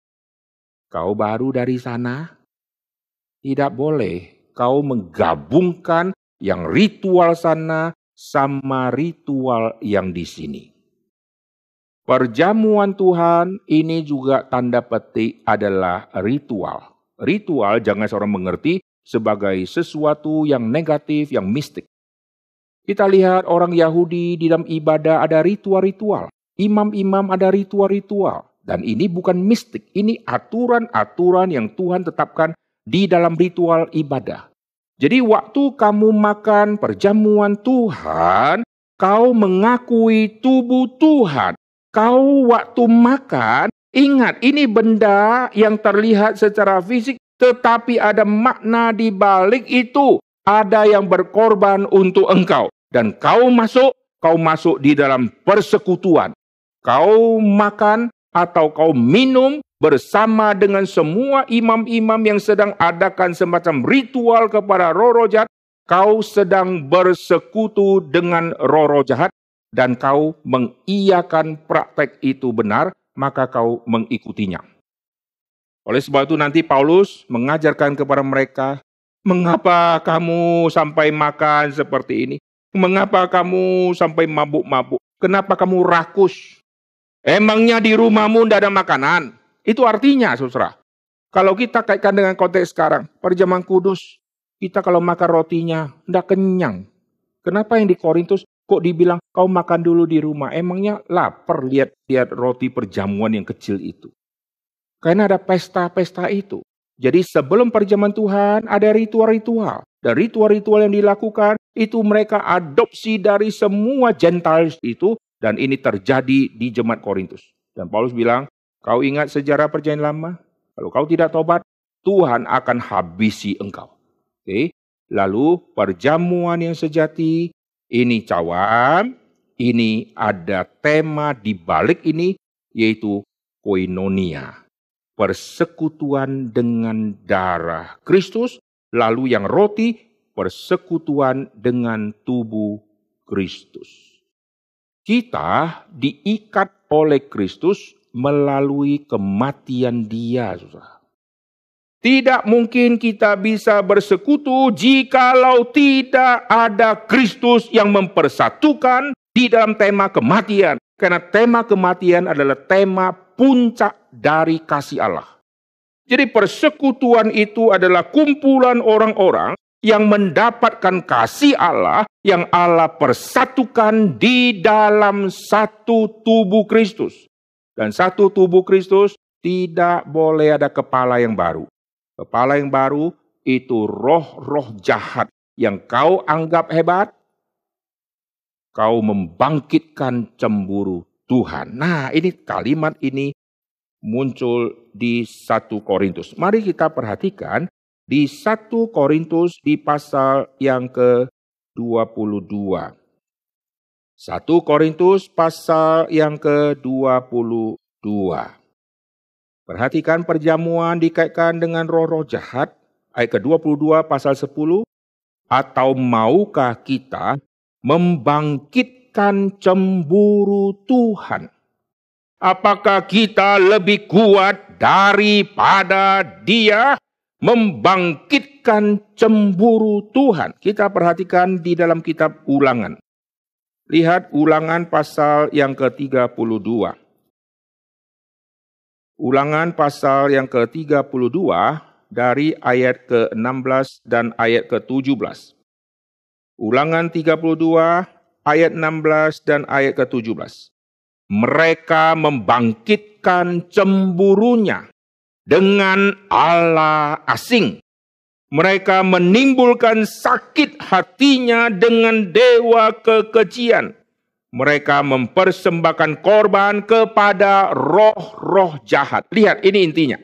Kau baru dari sana, tidak boleh kau menggabungkan yang ritual sana sama ritual yang di sini. Perjamuan Tuhan ini juga tanda petik adalah ritual. Ritual jangan seorang mengerti sebagai sesuatu yang negatif, yang mistik. Kita lihat orang Yahudi di dalam ibadah ada ritual-ritual. Imam-imam ada ritual-ritual. Dan ini bukan mistik, ini aturan-aturan yang Tuhan tetapkan di dalam ritual ibadah. Jadi waktu kamu makan perjamuan Tuhan, kau mengakui tubuh Tuhan. Kau waktu makan, ingat ini benda yang terlihat secara fisik, tetapi ada makna di balik itu. Ada yang berkorban untuk engkau. Dan kau masuk di dalam persekutuan. Kau makan atau kau minum bersama dengan semua imam-imam yang sedang adakan semacam ritual kepada roh-roh jahat. Kau sedang bersekutu dengan roh-roh jahat. Dan kau mengiyakan praktek itu benar, maka kau mengikutinya. Oleh sebab itu nanti Paulus mengajarkan kepada mereka, mengapa kamu sampai makan seperti ini? Mengapa kamu sampai mabuk-mabuk? Kenapa kamu rakus? Emangnya di rumahmu tidak ada makanan? Itu artinya, saudara. Kalau kita kaitkan dengan konteks sekarang, perjamuan kudus, kita kalau makan rotinya tidak kenyang. Kenapa yang di Korintus kok dibilang kau makan dulu di rumah? Emangnya lapar lihat roti perjamuan yang kecil itu. Karena ada pesta-pesta itu. Jadi sebelum perjamuan Tuhan ada ritual-ritual. Dan ritual-ritual yang dilakukan itu mereka adopsi dari semua Gentiles itu. Dan ini terjadi di jemaat Korintus. Dan Paulus bilang, kau ingat sejarah perjanjian lama? Kalau kau tidak tobat, Tuhan akan habisi engkau. Oke? Lalu perjamuan yang sejati, ini cawan, ini ada tema di balik ini, yaitu koinonia. Persekutuan dengan darah Kristus, lalu yang roti, persekutuan dengan tubuh Kristus. Kita diikat oleh Kristus melalui kematian Dia, saudara. Tidak mungkin kita bisa bersekutu jikalau tidak ada Kristus yang mempersatukan di dalam tema kematian. Karena tema kematian adalah tema puncak dari kasih Allah. Jadi persekutuan itu adalah kumpulan orang-orang yang mendapatkan kasih Allah yang Allah persatukan di dalam satu tubuh Kristus. Dan satu tubuh Kristus tidak boleh ada kepala yang baru. Kepala yang baru itu roh-roh jahat yang kau anggap hebat. Kau membangkitkan cemburu Tuhan. Nah, ini kalimat ini muncul di 1 Korintus. Mari kita perhatikan di 1 Korintus di pasal yang ke-22. 1 Korintus pasal yang ke-22. Perhatikan perjamuan dikaitkan dengan roh-roh jahat. Ayat ke-22 pasal 10. Atau maukah kita membangkitkan cemburu Tuhan? Apakah kita lebih kuat daripada Dia membangkitkan cemburu Tuhan? Kita perhatikan di dalam kitab Ulangan. Lihat Ulangan pasal yang ke-32. Ulangan pasal yang ke-32 dari ayat ke-16 dan ayat ke-17. Ulangan 32 ayat 16 dan ayat ke-17. Mereka membangkitkan cemburunya dengan Allah asing. Mereka menimbulkan sakit hatinya dengan dewa kekejian. Mereka mempersembahkan korban kepada roh-roh jahat. Lihat, ini intinya.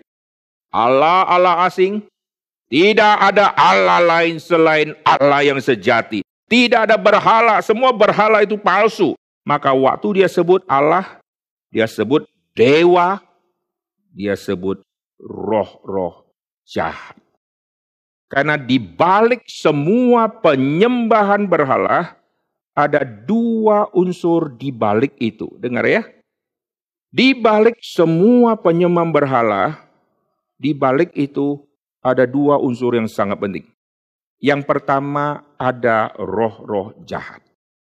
Allah asing, tidak ada Allah lain selain Allah yang sejati. Tidak ada berhala, semua berhala itu palsu. Maka waktu dia sebut Allah, dia sebut dewa, dia sebut roh-roh jahat. Karena di balik semua penyembahan berhala, ada dua unsur di balik itu. Dengar ya. Di balik semua penyembahan berhala, di balik itu ada dua unsur yang sangat penting. Yang pertama ada roh-roh jahat.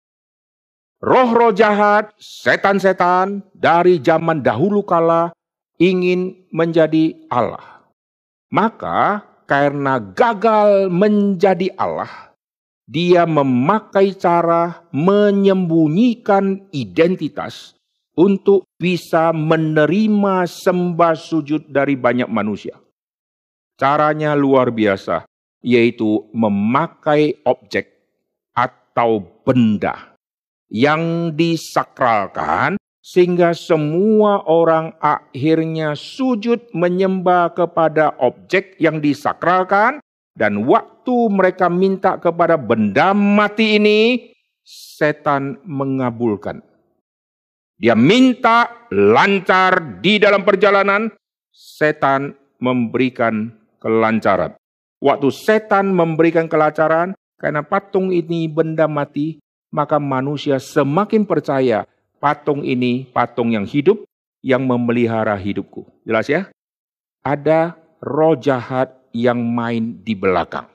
Roh-roh jahat, setan-setan dari zaman dahulu kala ingin menjadi Allah. Maka karena gagal menjadi Allah, dia memakai cara menyembunyikan identitas untuk bisa menerima sembah sujud dari banyak manusia. Caranya luar biasa, yaitu memakai objek atau benda yang disakralkan sehingga semua orang akhirnya sujud menyembah kepada objek yang disakralkan. Dan waktu mereka minta kepada benda mati ini, setan mengabulkan. Dia minta lancar di dalam perjalanan, setan memberikan kelancaran. Waktu setan memberikan kelancaran, karena patung ini benda mati, maka manusia semakin percaya patung ini patung yang hidup, yang memelihara hidupku. Jelas ya? Ada roh jahat yang main di belakang.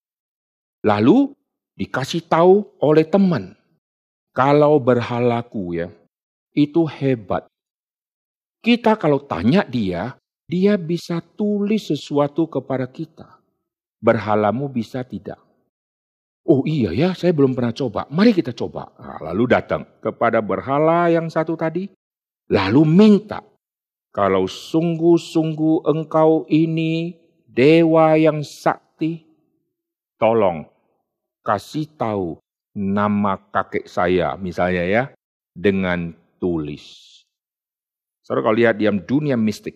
Lalu dikasih tahu oleh teman, kalau berhalaku ya, itu hebat. Kita kalau tanya dia bisa tulis sesuatu kepada kita. Berhalamu bisa tidak? Oh iya ya, saya belum pernah coba. Mari kita coba. Nah, lalu datang kepada berhala yang satu tadi. Lalu minta, kalau sungguh-sungguh engkau ini dewa yang sakti, tolong kasih tahu nama kakek saya misalnya ya, dengan tulis. Saudara kalau lihat di dunia mistik,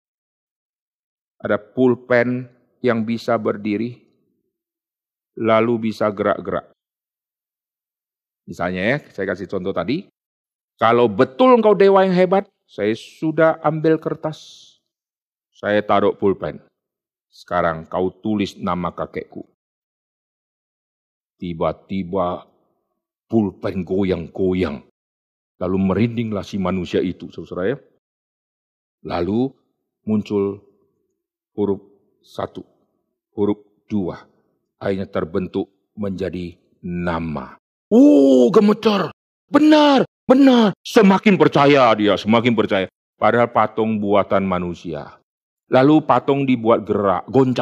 ada pulpen yang bisa berdiri, lalu bisa gerak-gerak. Misalnya ya, saya kasih contoh tadi. Kalau betul engkau dewa yang hebat, saya sudah ambil kertas. Saya taruh pulpen. Sekarang kau tulis nama kakekku. Tiba-tiba pulpen goyang-goyang. Lalu merindinglah si manusia itu, saudara ya. Lalu muncul huruf 1, huruf 2. Akhirnya terbentuk menjadi nama. Gemeter. Benar. Semakin percaya dia, semakin percaya. Padahal patung buatan manusia. Lalu patung dibuat gerak, goncang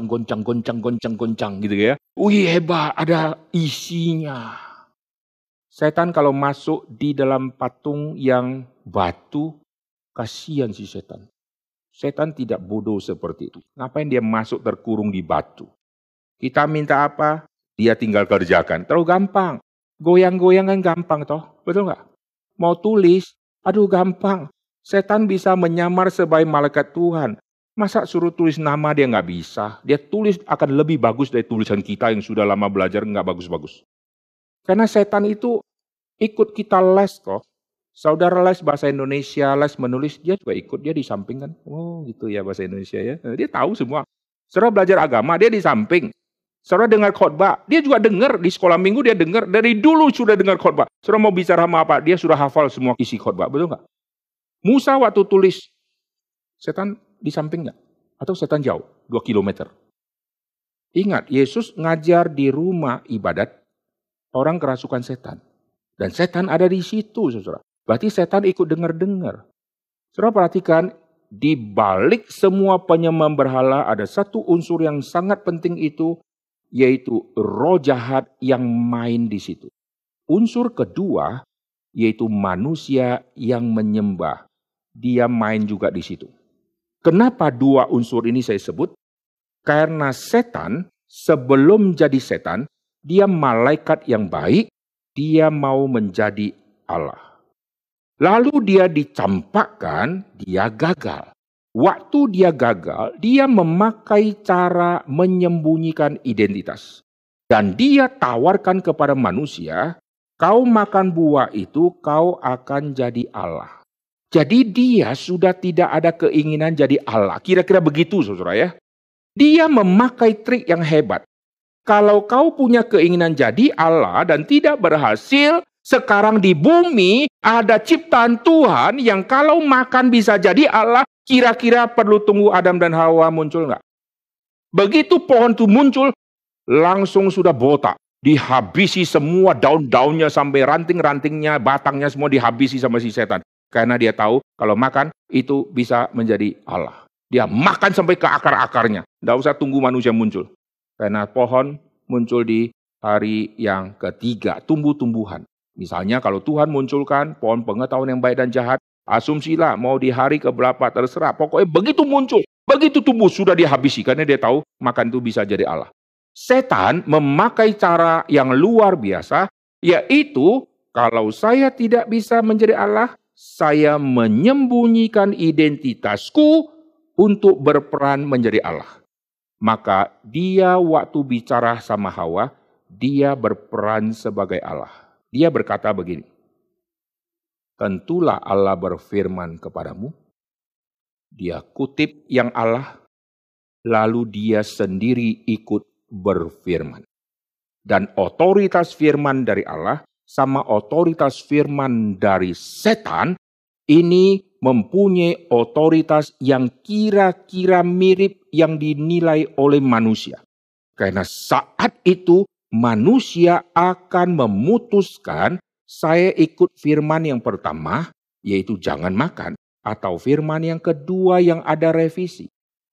gitu ya. Hebat, ada isinya. Setan kalau masuk di dalam patung yang batu, kasihan si setan. Setan tidak bodoh seperti itu. Ngapain dia masuk terkurung di batu? Kita minta apa? Dia tinggal kerjakan. Terlalu gampang. Goyang-goyang kan gampang toh, betul nggak? Mau tulis, aduh gampang. Setan bisa menyamar sebagai malaikat Tuhan. Masa suruh tulis nama dia nggak bisa. Dia tulis akan lebih bagus dari tulisan kita yang sudah lama belajar nggak bagus-bagus. Karena setan itu ikut kita les kok. Saudara les bahasa Indonesia, les menulis, dia juga ikut. Dia di samping kan. Oh gitu ya bahasa Indonesia ya. Dia tahu semua. Saudara belajar agama, dia di samping. Saudara dengar khotbah, dia juga dengar di sekolah minggu, dia dengar dari dulu sudah dengar khotbah. Saudara mau bicara sama apa, dia sudah hafal semua isi khotbah, betul nggak? Musa waktu tulis, setan di samping nggak? Atau setan jauh, 2 kilometer? Ingat, Yesus ngajar di rumah ibadat, orang kerasukan setan. Dan setan ada di situ, saudara. Berarti setan ikut dengar-dengar. Saudara perhatikan, di balik semua penyembahan berhala ada satu unsur yang sangat penting itu, yaitu roh jahat yang main di situ. Unsur kedua, yaitu manusia yang menyembah. Dia main juga di situ. Kenapa dua unsur ini saya sebut? Karena setan sebelum jadi setan, dia malaikat yang baik, dia mau menjadi Allah. Lalu dia dicampakkan, dia gagal. Waktu dia gagal, dia memakai cara menyembunyikan identitas. Dan dia tawarkan kepada manusia, kau makan buah itu, kau akan jadi Allah. Jadi dia sudah tidak ada keinginan jadi Allah. Kira-kira begitu, saudara ya. Dia memakai trik yang hebat. Kalau kau punya keinginan jadi Allah dan tidak berhasil, sekarang di bumi ada ciptaan Tuhan yang kalau makan bisa jadi Allah, kira-kira perlu tunggu Adam dan Hawa muncul nggak? Begitu pohon itu muncul, langsung sudah botak. Dihabisi semua daun-daunnya sampai ranting-rantingnya, batangnya semua dihabisi sama si setan. Karena dia tahu kalau makan itu bisa menjadi Allah. Dia makan sampai ke akar-akarnya. Tidak usah tunggu manusia muncul. Karena pohon muncul di hari yang ketiga. Tumbuh-tumbuhan. Misalnya kalau Tuhan munculkan pohon pengetahuan yang baik dan jahat. Asumsilah mau di hari keberapa terserah. Pokoknya begitu muncul. Begitu tumbuh sudah dihabisi. Karena dia tahu makan itu bisa jadi Allah. Setan memakai cara yang luar biasa. Yaitu kalau saya tidak bisa menjadi Allah. Saya menyembunyikan identitasku untuk berperan menjadi Allah. Maka dia waktu bicara sama Hawa, dia berperan sebagai Allah. Dia berkata begini, tentulah Allah berfirman kepadamu. Dia kutip yang Allah, lalu dia sendiri ikut berfirman. Dan otoritas firman dari Allah sama otoritas firman dari setan ini mempunyai otoritas yang kira-kira mirip yang dinilai oleh manusia. Karena saat itu manusia akan memutuskan saya ikut firman yang pertama yaitu jangan makan. Atau firman yang kedua yang ada revisi.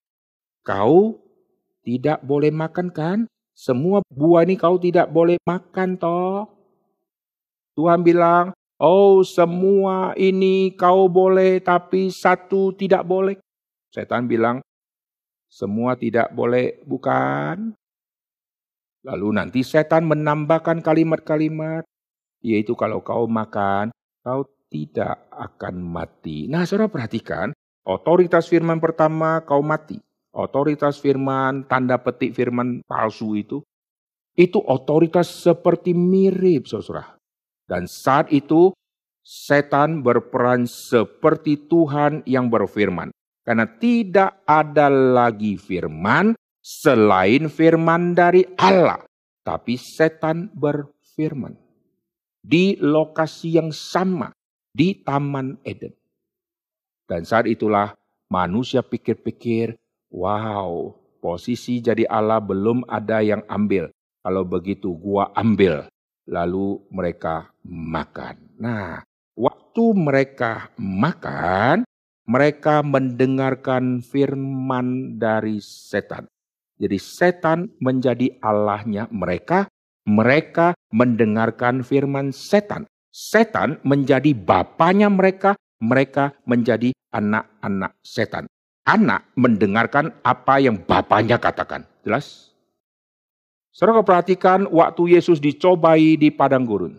Kau tidak boleh makan kan? Semua buah ini kau tidak boleh makan toh. Tuhan bilang, oh semua ini kau boleh tapi satu tidak boleh. Setan bilang, semua tidak boleh bukan? Lalu nanti setan menambahkan kalimat-kalimat. Yaitu kalau kau makan, kau tidak akan mati. Nah saudara perhatikan, otoritas firman pertama kau mati. Otoritas firman, tanda petik firman palsu itu otoritas seperti mirip saudara. Dan saat itu setan berperan seperti Tuhan yang berfirman. Karena tidak ada lagi firman selain firman dari Allah. Tapi setan berfirman. Di lokasi yang sama. Di Taman Eden. Dan saat itulah manusia pikir-pikir. Wow, posisi jadi Allah belum ada yang ambil. Kalau begitu gua ambil. Lalu mereka makan. Nah, waktu mereka makan, mereka mendengarkan firman dari setan. Jadi setan menjadi Allahnya mereka, mereka mendengarkan firman setan. Setan menjadi bapaknya mereka, mereka menjadi anak-anak setan. Anak mendengarkan apa yang bapaknya katakan. Jelas? Saudara perhatikan waktu Yesus dicobai di padang gurun.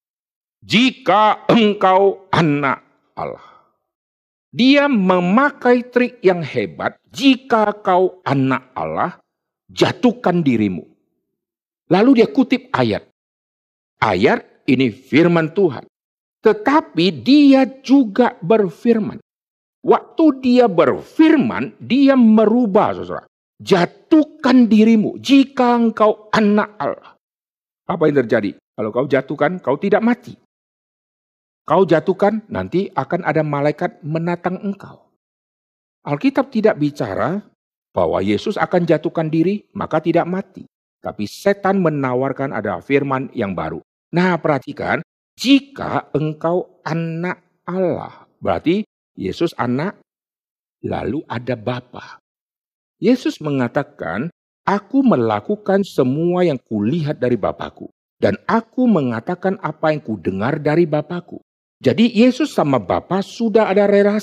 Jika engkau anak Allah. Dia memakai trik yang hebat. Jika kau anak Allah, jatuhkan dirimu. Lalu dia kutip ayat. Ayat ini firman Tuhan. Tetapi dia juga berfirman. Waktu dia berfirman, dia merubah saudara. Jatuhkan dirimu jika engkau anak Allah. Apa yang terjadi? Kalau kau jatuhkan, kau tidak mati. Kau jatuhkan, nanti akan ada malaikat menatang engkau. Alkitab tidak bicara bahwa Yesus akan jatuhkan diri, maka tidak mati. Tapi setan menawarkan ada firman yang baru. Nah perhatikan, jika engkau anak Allah. Berarti Yesus anak, lalu ada Bapa. Yesus mengatakan, aku melakukan semua yang kulihat dari Bapakku. Dan aku mengatakan apa yang kudengar dari Bapakku. Jadi Yesus sama Bapa sudah ada relasi.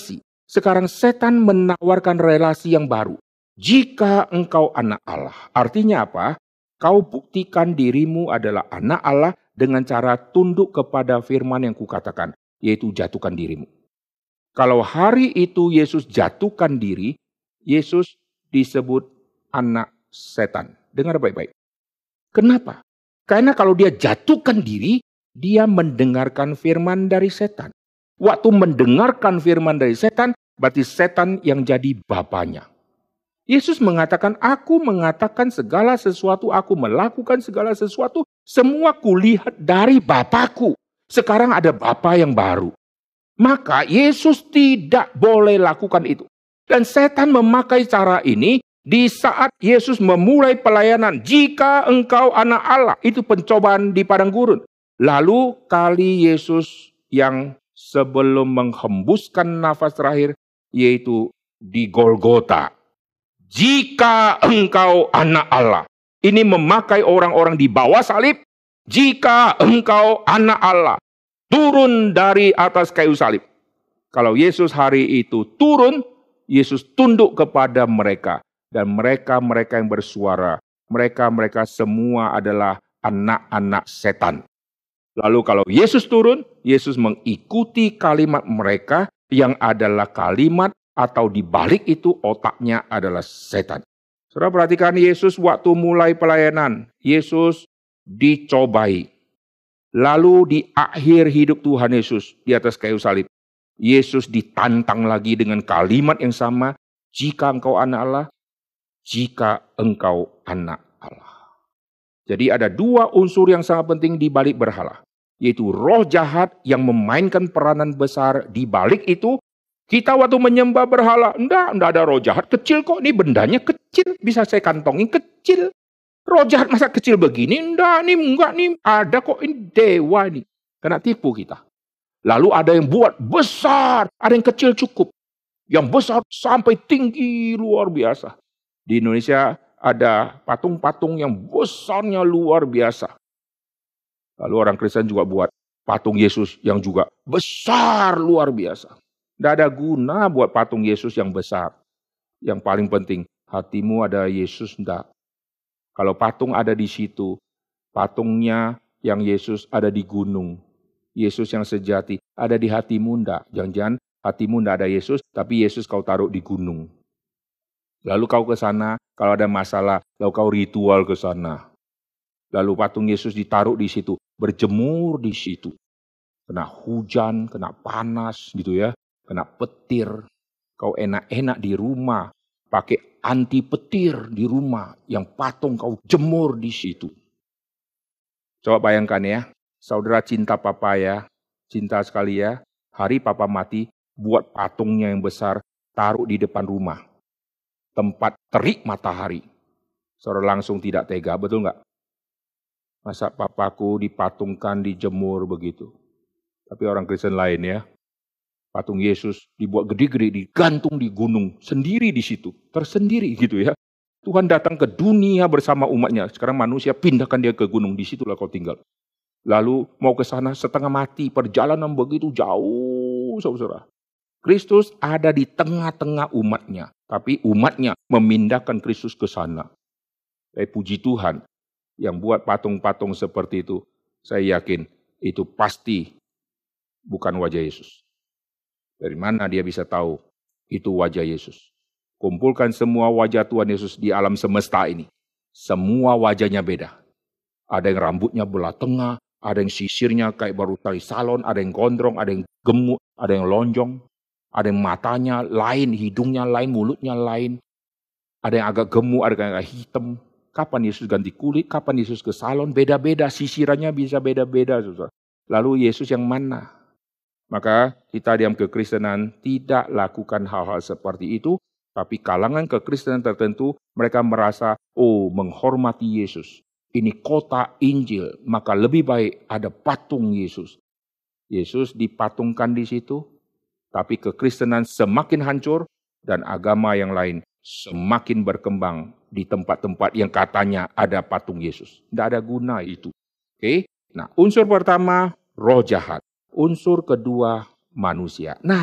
Sekarang setan menawarkan relasi yang baru. Jika engkau anak Allah. Artinya apa? Kau buktikan dirimu adalah anak Allah dengan cara tunduk kepada firman yang kukatakan, yaitu jatuhkan dirimu. Kalau hari itu Yesus jatuhkan diri, Yesus disebut anak setan. Dengar baik-baik. Kenapa? Karena kalau dia jatuhkan diri, dia mendengarkan firman dari setan. Waktu mendengarkan firman dari setan, berarti setan yang jadi bapaknya. Yesus mengatakan, aku mengatakan segala sesuatu, aku melakukan segala sesuatu, semua kulihat dari Bapakku. Sekarang ada Bapa yang baru. Maka Yesus tidak boleh lakukan itu. Dan setan memakai cara ini di saat Yesus memulai pelayanan. Jika engkau anak Allah, itu pencobaan di padang gurun. Lalu kali Yesus yang sebelum menghembuskan nafas terakhir, yaitu di Golgota. Jika engkau anak Allah. Ini memakai orang-orang di bawah salib. Jika engkau anak Allah. Turun dari atas kayu salib. Kalau Yesus hari itu turun, Yesus tunduk kepada mereka. Dan mereka-mereka yang bersuara. Mereka-mereka semua adalah anak-anak setan. Lalu kalau Yesus turun, Yesus mengikuti kalimat mereka yang adalah kalimat atau di balik itu otaknya adalah setan. Saudara perhatikan Yesus waktu mulai pelayanan. Yesus dicobai. Lalu di akhir hidup Tuhan Yesus di atas kayu salib. Yesus ditantang lagi dengan kalimat yang sama. Jika engkau anak Allah, jika engkau anak Allah. Jadi ada dua unsur yang sangat penting di balik berhala. Yaitu roh jahat yang memainkan peranan besar di balik itu. Kita waktu menyembah berhala, enggak ada roh jahat, kecil kok, ini bendanya kecil, bisa saya kantongin kecil. Roh jahat masa kecil begini, enggak nih, ada kok, ini dewa nih. Kena tipu kita. Lalu ada yang buat besar, ada yang kecil cukup. Yang besar sampai tinggi luar biasa. Di Indonesia ada patung-patung yang besarnya luar biasa. Lalu orang Kristen juga buat patung Yesus yang juga besar luar biasa. Tidak ada guna buat patung Yesus yang besar. Yang paling penting, hatimu ada Yesus enggak. Kalau patung ada di situ, patungnya yang Yesus ada di gunung. Yesus yang sejati ada di hatimu enggak. Jangan-jangan hatimu enggak ada Yesus, tapi Yesus kau taruh di gunung. Lalu kau ke sana, kalau ada masalah, lalu kau ritual ke sana. Lalu patung Yesus ditaruh di situ, berjemur di situ. Kena hujan, kena panas gitu ya. Kena petir, kau enak-enak di rumah, pakai anti petir di rumah, yang patung kau jemur di situ. Coba bayangkan ya, saudara cinta papa ya, cinta sekali ya, hari papa mati, buat patungnya yang besar, taruh di depan rumah. Tempat terik matahari. Saudara langsung tidak tega, betul nggak? Masa papaku dipatungkan, dijemur begitu. Tapi orang Kristen lain ya. Patung Yesus dibuat gede-gede, digantung di gunung, sendiri di situ, tersendiri gitu ya. Tuhan datang ke dunia bersama umatnya. Sekarang manusia pindahkan dia ke gunung, di situlah kau tinggal. Lalu mau ke sana setengah mati, perjalanan begitu jauh, saudara. Kristus ada di tengah-tengah umatnya, tapi umatnya memindahkan Kristus ke sana. Puji Tuhan, yang buat patung-patung seperti itu, saya yakin itu pasti bukan wajah Yesus. Dari mana dia bisa tahu itu wajah Yesus? Kumpulkan semua wajah Tuhan Yesus di alam semesta ini. Semua wajahnya beda. Ada yang rambutnya belah tengah, ada yang sisirnya kayak baru tali salon, ada yang gondrong, ada yang gemuk, ada yang lonjong. Ada yang matanya lain, hidungnya lain, mulutnya lain. Ada yang agak gemuk, ada yang agak hitam. Kapan Yesus ganti kulit, kapan Yesus ke salon, beda-beda. Sisirannya bisa beda-beda. Lalu Yesus yang mana? Maka kita diam kekristenan tidak lakukan hal-hal seperti itu. Tapi kalangan kekristenan tertentu mereka merasa, oh menghormati Yesus. Ini kota Injil, maka lebih baik ada patung Yesus. Yesus dipatungkan di situ. Tapi kekristenan semakin hancur dan agama yang lain semakin berkembang di tempat-tempat yang katanya ada patung Yesus. Tidak ada guna itu. Oke? Nah, unsur pertama roh jahat. Unsur kedua manusia. Nah,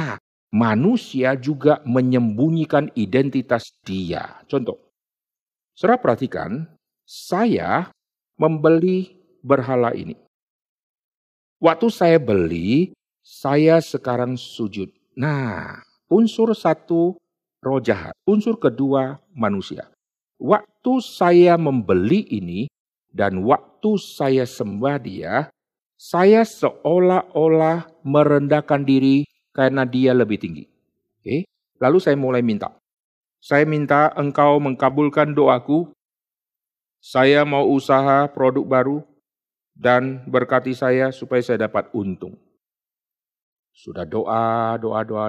manusia juga menyembunyikan identitas dia. Contoh, saudara perhatikan, saya membeli berhala ini. Waktu saya beli, saya sekarang sujud. Nah, unsur satu roh jahat, unsur kedua manusia. Waktu saya membeli ini dan waktu saya sembah dia, saya seolah-olah merendahkan diri karena dia lebih tinggi. Oke? Lalu saya mulai minta. Saya minta engkau mengabulkan doaku. Saya mau usaha produk baru dan berkati saya supaya saya dapat untung. Sudah doa.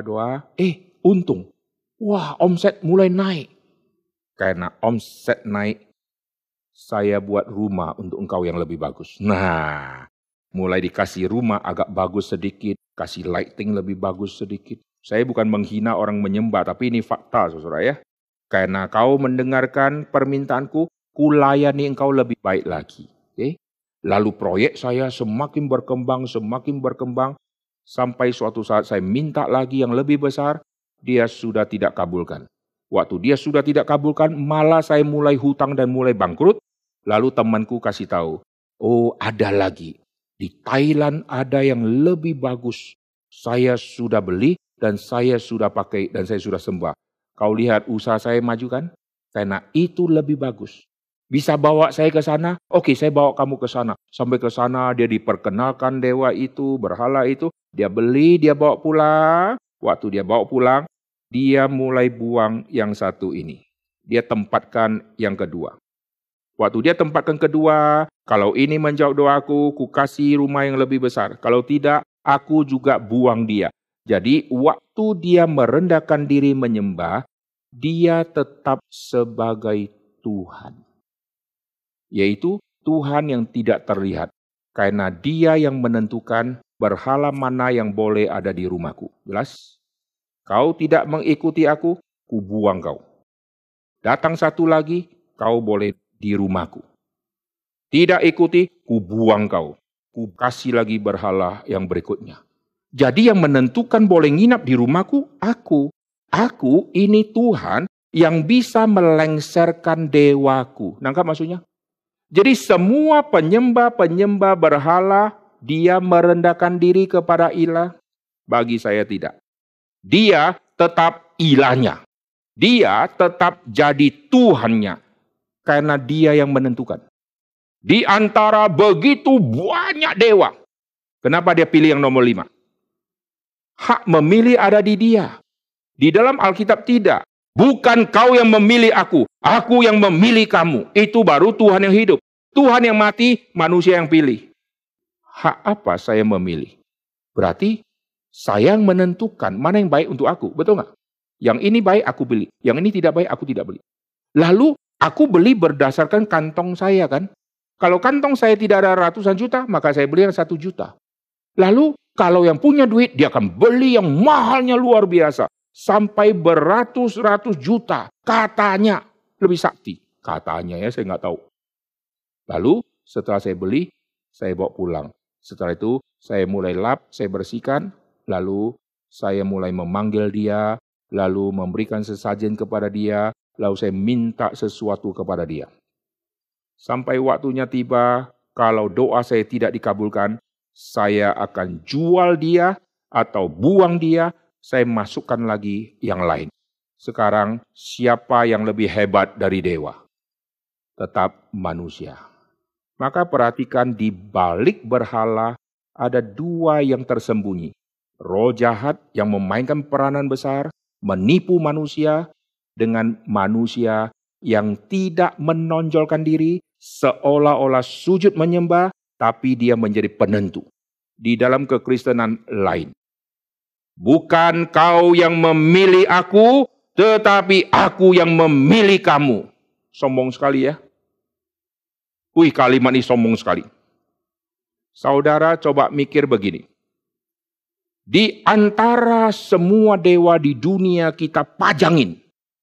Untung. Wah, omset mulai naik. Karena omset naik, saya buat rumah untuk engkau yang lebih bagus. Nah, mulai dikasih rumah agak bagus sedikit, kasih lighting lebih bagus sedikit. Saya bukan menghina orang menyembah, tapi ini fakta, saudara ya. Karena kau mendengarkan permintaanku, kulayani engkau lebih baik lagi. Okay? Lalu proyek saya semakin berkembang, sampai suatu saat saya minta lagi yang lebih besar, dia sudah tidak kabulkan. Waktu dia sudah tidak kabulkan, malah saya mulai hutang dan mulai bangkrut. Lalu temanku kasih tahu, oh ada lagi. Di Thailand ada yang lebih bagus. Saya sudah beli dan saya sudah pakai dan saya sudah sembah. Kau lihat usaha saya maju kan? Karena itu lebih bagus. Bisa bawa saya ke sana? Oke, saya bawa kamu ke sana. Sampai ke sana dia diperkenalkan dewa itu, berhala itu. Dia beli, dia bawa pulang. Waktu dia bawa pulang, dia mulai buang yang satu ini. Dia tempatkan yang kedua. Waktu dia tempatkan kedua, kalau ini menjawab doaku, ku kasih rumah yang lebih besar. Kalau tidak, aku juga buang dia. Jadi waktu dia merendahkan diri menyembah, dia tetap sebagai Tuhan. Yaitu Tuhan yang tidak terlihat. Karena dia yang menentukan berhala mana yang boleh ada di rumahku. Jelas? Kau tidak mengikuti aku, ku buang kau. Datang satu lagi, kau boleh di rumahku. Tidak ikuti, ku buang kau. Ku kasih lagi berhala yang berikutnya. Jadi yang menentukan boleh nginap di rumahku, aku. Aku ini Tuhan yang bisa melengsarkan dewaku. Nangkap maksudnya? Jadi semua penyembah berhala, dia merendahkan diri kepada ilah. Bagi saya tidak. Dia tetap ilahnya. Dia tetap jadi Tuhannya. Karena dia yang menentukan. Di antara begitu banyak dewa. Kenapa dia pilih yang nomor 5? Hak memilih ada di dia. Di dalam Alkitab tidak. Bukan kau yang memilih aku yang memilih kamu. Itu baru Tuhan yang hidup. Tuhan yang mati, manusia yang pilih. Hak apa saya memilih? Berarti saya yang menentukan mana yang baik untuk aku. Betul nggak? Yang ini baik aku beli. Yang ini tidak baik aku tidak beli. Lalu aku beli berdasarkan kantong saya kan. Kalau kantong saya tidak ada ratusan juta, maka saya beli yang 1 juta. Lalu kalau yang punya duit, dia akan beli yang mahalnya luar biasa. Sampai beratus-ratus juta. Katanya lebih sakti. Katanya ya, saya nggak tahu. Lalu setelah saya beli, saya bawa pulang. Setelah itu saya mulai lap, saya bersihkan. Lalu saya mulai memanggil dia. Lalu memberikan sesajen kepada dia. Lalu saya minta sesuatu kepada dia. Sampai waktunya tiba, kalau doa saya tidak dikabulkan, saya akan jual dia atau buang dia, saya masukkan lagi yang lain. Sekarang siapa yang lebih hebat dari dewa? Tetap manusia. Maka perhatikan di balik berhala ada 2 yang tersembunyi. Roh jahat yang memainkan peranan besar, menipu manusia dengan manusia yang tidak menonjolkan diri, seolah-olah sujud menyembah, tapi dia menjadi penentu di dalam kekristenan lain. Bukan kau yang memilih aku, tetapi aku yang memilih kamu. Sombong sekali ya. Kalimat ini sombong sekali. Saudara coba mikir begini. Di antara semua dewa di dunia kita pajangin.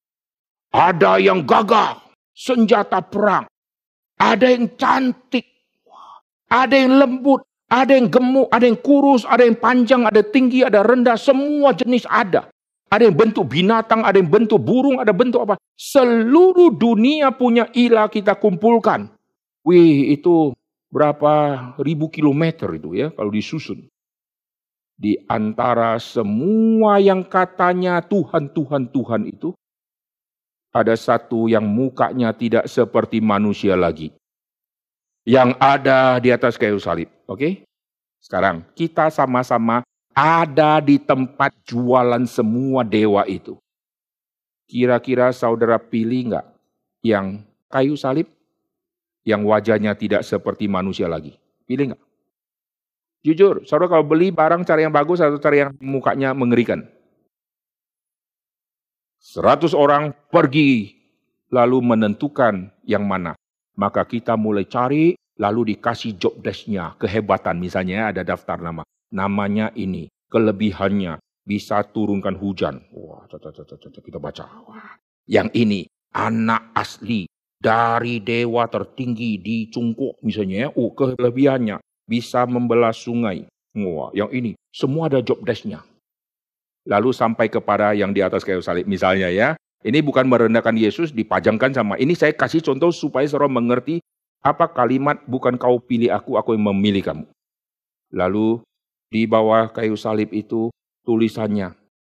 Ada yang gagah, senjata perang. Ada yang cantik, ada yang lembut, Ada yang gemuk, ada yang kurus, ada yang panjang, ada tinggi, ada rendah, semua jenis ada. Ada yang bentuk binatang, ada yang bentuk burung, ada bentuk apa. Seluruh dunia punya ilah kita kumpulkan. Wih, itu berapa ribu kilometer itu ya kalau disusun. Di antara semua yang katanya Tuhan, Tuhan, Tuhan itu, ada satu yang mukanya tidak seperti manusia lagi. Yang ada di atas kayu salib. Oke? Sekarang kita sama-sama ada di tempat jualan semua dewa itu. Kira-kira saudara pilih nggak yang kayu salib? Yang wajahnya tidak seperti manusia lagi. Pilih nggak? Jujur, saudara kalau beli barang cari yang bagus atau cari yang mukanya mengerikan? 100 orang pergi lalu menentukan yang mana. Maka kita mulai cari lalu dikasih job desk-nya, kehebatan misalnya ada daftar nama. Namanya ini, kelebihannya bisa turunkan hujan. Wah, kita baca. Wah. Yang ini anak asli dari dewa tertinggi di Cungkuk misalnya. Kelebihannya bisa membelah sungai. Wah, yang ini semua ada job desk-nya. Lalu sampai kepada yang di atas kayu salib misalnya ya. Ini bukan merendahkan Yesus, dipajangkan sama. Ini saya kasih contoh supaya saudara mengerti apa kalimat bukan kau pilih aku yang memilih kamu. Lalu di bawah kayu salib itu tulisannya.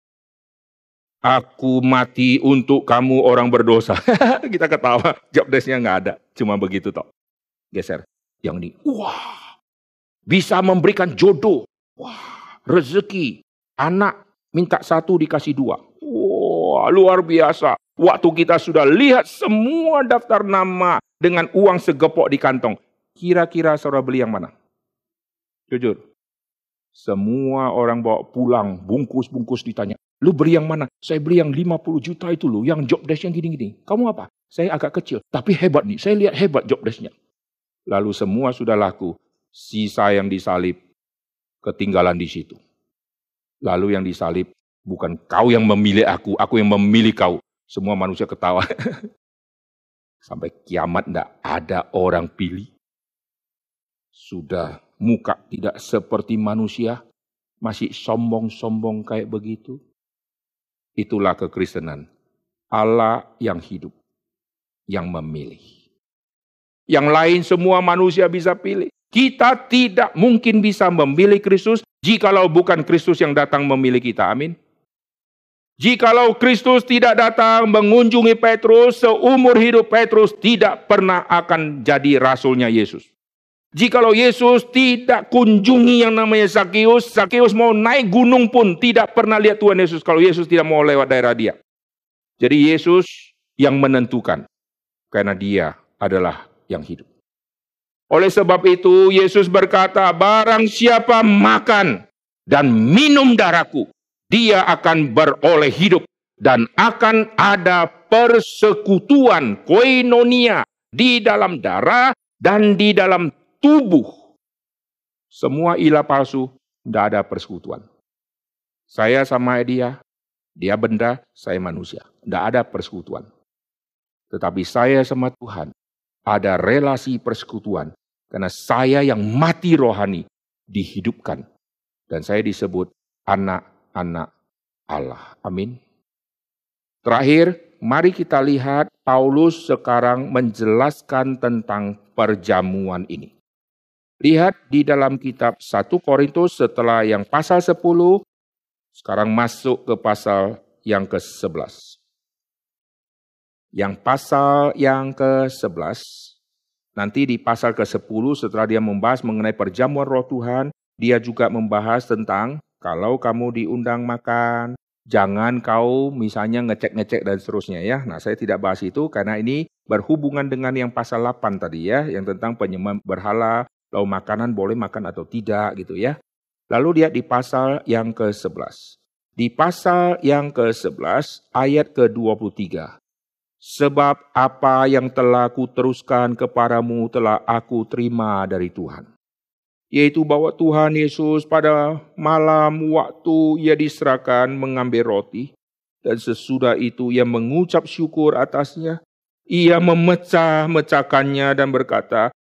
Aku mati untuk kamu orang berdosa. Kita ketawa, job desk-nya nggak ada. Cuma begitu toh. Geser. Yang ini, wah, bisa memberikan jodoh. Wah, rezeki. Anak minta 1 dikasih 2. Wah, luar biasa. Waktu kita sudah lihat semua daftar nama dengan uang segepok di kantong. Kira-kira saudara beli yang mana? Jujur. Semua orang bawa pulang, bungkus-bungkus ditanya. Lu beli yang mana? Saya beli yang 50 juta itu loh, yang job desk yang gini-gini. Kamu apa? Saya agak kecil, tapi hebat nih. Saya lihat hebat job desk-nya. Lalu semua sudah laku. Sisa yang disalib ketinggalan di situ. Lalu yang disalib, bukan kau yang memilih aku yang memilih kau. Semua manusia ketawa. Sampai kiamat tidak ada orang pilih. Sudah muka tidak seperti manusia. Masih sombong-sombong kayak begitu. Itulah kekristenan. Allah yang hidup. Yang memilih. Yang lain semua manusia bisa pilih. Kita tidak mungkin bisa memilih Kristus jikalau bukan Kristus yang datang memilih kita. Amin. Jikalau Kristus tidak datang mengunjungi Petrus, seumur hidup Petrus tidak pernah akan jadi rasulnya Yesus. Jikalau Yesus tidak kunjungi yang namanya Zakeus, Zakeus mau naik gunung pun tidak pernah lihat Tuhan Yesus kalau Yesus tidak mau lewat daerah dia. Jadi Yesus yang menentukan karena dia adalah yang hidup. Oleh sebab itu Yesus berkata, barang siapa makan dan minum darahku, dia akan beroleh hidup dan akan ada persekutuan, koinonia di dalam darah dan di dalam tubuh. Semua ilah palsu, tidak ada persekutuan. Saya sama dia benda, saya manusia. Tidak ada persekutuan. Tetapi saya sama Tuhan, ada relasi persekutuan. Karena saya yang mati rohani dihidupkan. Dan saya disebut anak-anak Allah. Amin. Terakhir, mari kita lihat Paulus sekarang menjelaskan tentang perjamuan ini. Lihat di dalam kitab 1 Korintus setelah yang pasal 10, sekarang masuk ke pasal yang ke-11. Yang pasal yang ke-11, nanti di pasal ke-10 setelah dia membahas mengenai perjamuan roh Tuhan, dia juga membahas tentang kalau kamu diundang makan, jangan kau misalnya ngecek-ngecek dan seterusnya ya. Nah saya tidak bahas itu karena ini berhubungan dengan yang pasal 8 tadi ya, yang tentang penyembah berhala, lalu makanan boleh makan atau tidak gitu ya. Lalu lihat di pasal yang ke-11. Di pasal yang ke-11 ayat ke-23. Sebab apa yang telah kuteruskan kepadamu telah aku terima dari Tuhan. Yaitu bahwa Tuhan Yesus pada malam waktu ia diserahkan mengambil roti. Dan sesudah itu ia mengucap syukur atasnya. Ia memecah-mecahkannya dan berkata,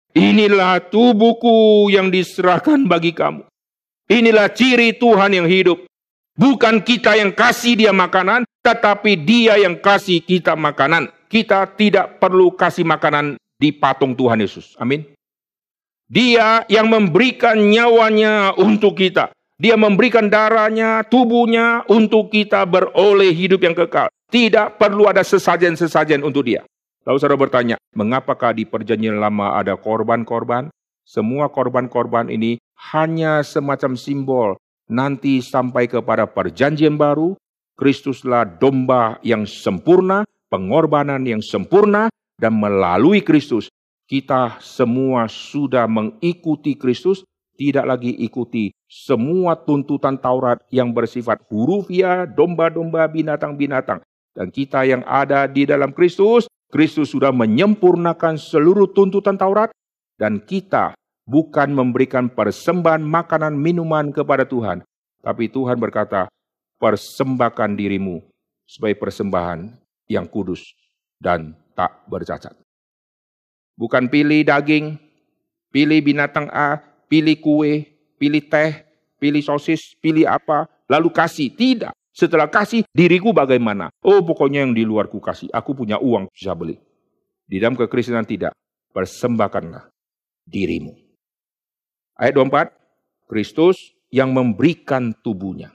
Inilah tubuhku yang diserahkan bagi kamu. Inilah ciri Tuhan yang hidup. Bukan kita yang kasih dia makanan, tetapi dia yang kasih kita makanan. Kita tidak perlu kasih makanan di patung Tuhan Yesus. Amin. Dia yang memberikan nyawanya untuk kita. Dia memberikan darahnya, tubuhnya untuk kita beroleh hidup yang kekal. Tidak perlu ada sesajen-sesajen untuk dia. Lalu saudara bertanya, mengapakah di perjanjian lama ada korban-korban? Semua korban-korban ini hanya semacam simbol. Nanti sampai kepada perjanjian baru, Kristuslah domba yang sempurna, pengorbanan yang sempurna, dan melalui Kristus, kita semua sudah mengikuti Kristus, tidak lagi ikuti semua tuntutan Taurat yang bersifat hurufiah, domba-domba, binatang-binatang. Dan kita yang ada di dalam Kristus, Kristus sudah menyempurnakan seluruh tuntutan Taurat, dan kita bukan memberikan persembahan makanan minuman kepada Tuhan. Tapi Tuhan berkata, persembahkan dirimu sebagai persembahan yang kudus dan tak bercacat. Bukan pilih daging, pilih binatang A, pilih kue, pilih teh, pilih sosis, pilih apa, lalu kasih. Tidak. Setelah kasih, diriku bagaimana? Oh, pokoknya yang di luar ku kasih. Aku punya uang, bisa beli. Di dalam kekristenan tidak. Persembahkanlah dirimu. Ayat 24, Kristus yang memberikan tubuhnya.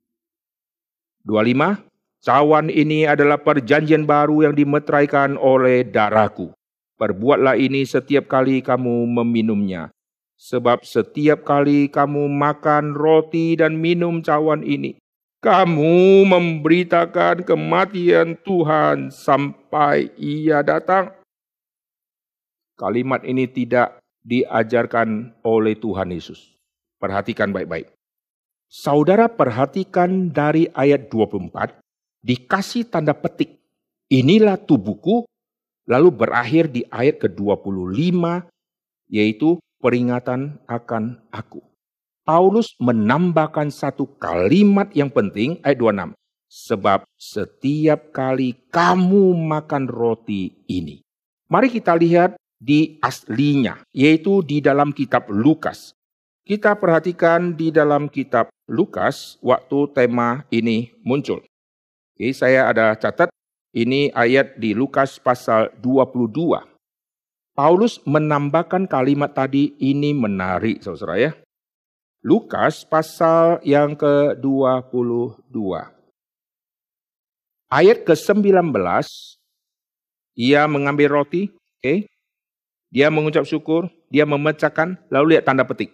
25, cawan ini adalah perjanjian baru yang dimeteraikan oleh darahku. Perbuatlah ini setiap kali kamu meminumnya. Sebab setiap kali kamu makan roti dan minum cawan ini, kamu memberitakan kematian Tuhan sampai Ia datang. Kalimat ini tidak diajarkan oleh Tuhan Yesus. Perhatikan baik-baik. Saudara perhatikan dari ayat 24, dikasih tanda petik. Inilah tubuhku, lalu berakhir di ayat ke-25, yaitu peringatan akan aku. Paulus menambahkan satu kalimat yang penting, ayat 26. Sebab setiap kali kamu makan roti ini. Mari kita lihat di aslinya, yaitu di dalam kitab Lukas. Kita perhatikan di dalam kitab Lukas, waktu tema ini muncul. Oke, saya ada catat, ini ayat di Lukas pasal 22. Paulus menambahkan kalimat tadi, ini menarik saudara ya. Lukas pasal yang ke-22. Ayat ke-19, ia mengambil roti, dia mengucap syukur, dia memecahkan, lalu lihat tanda petik.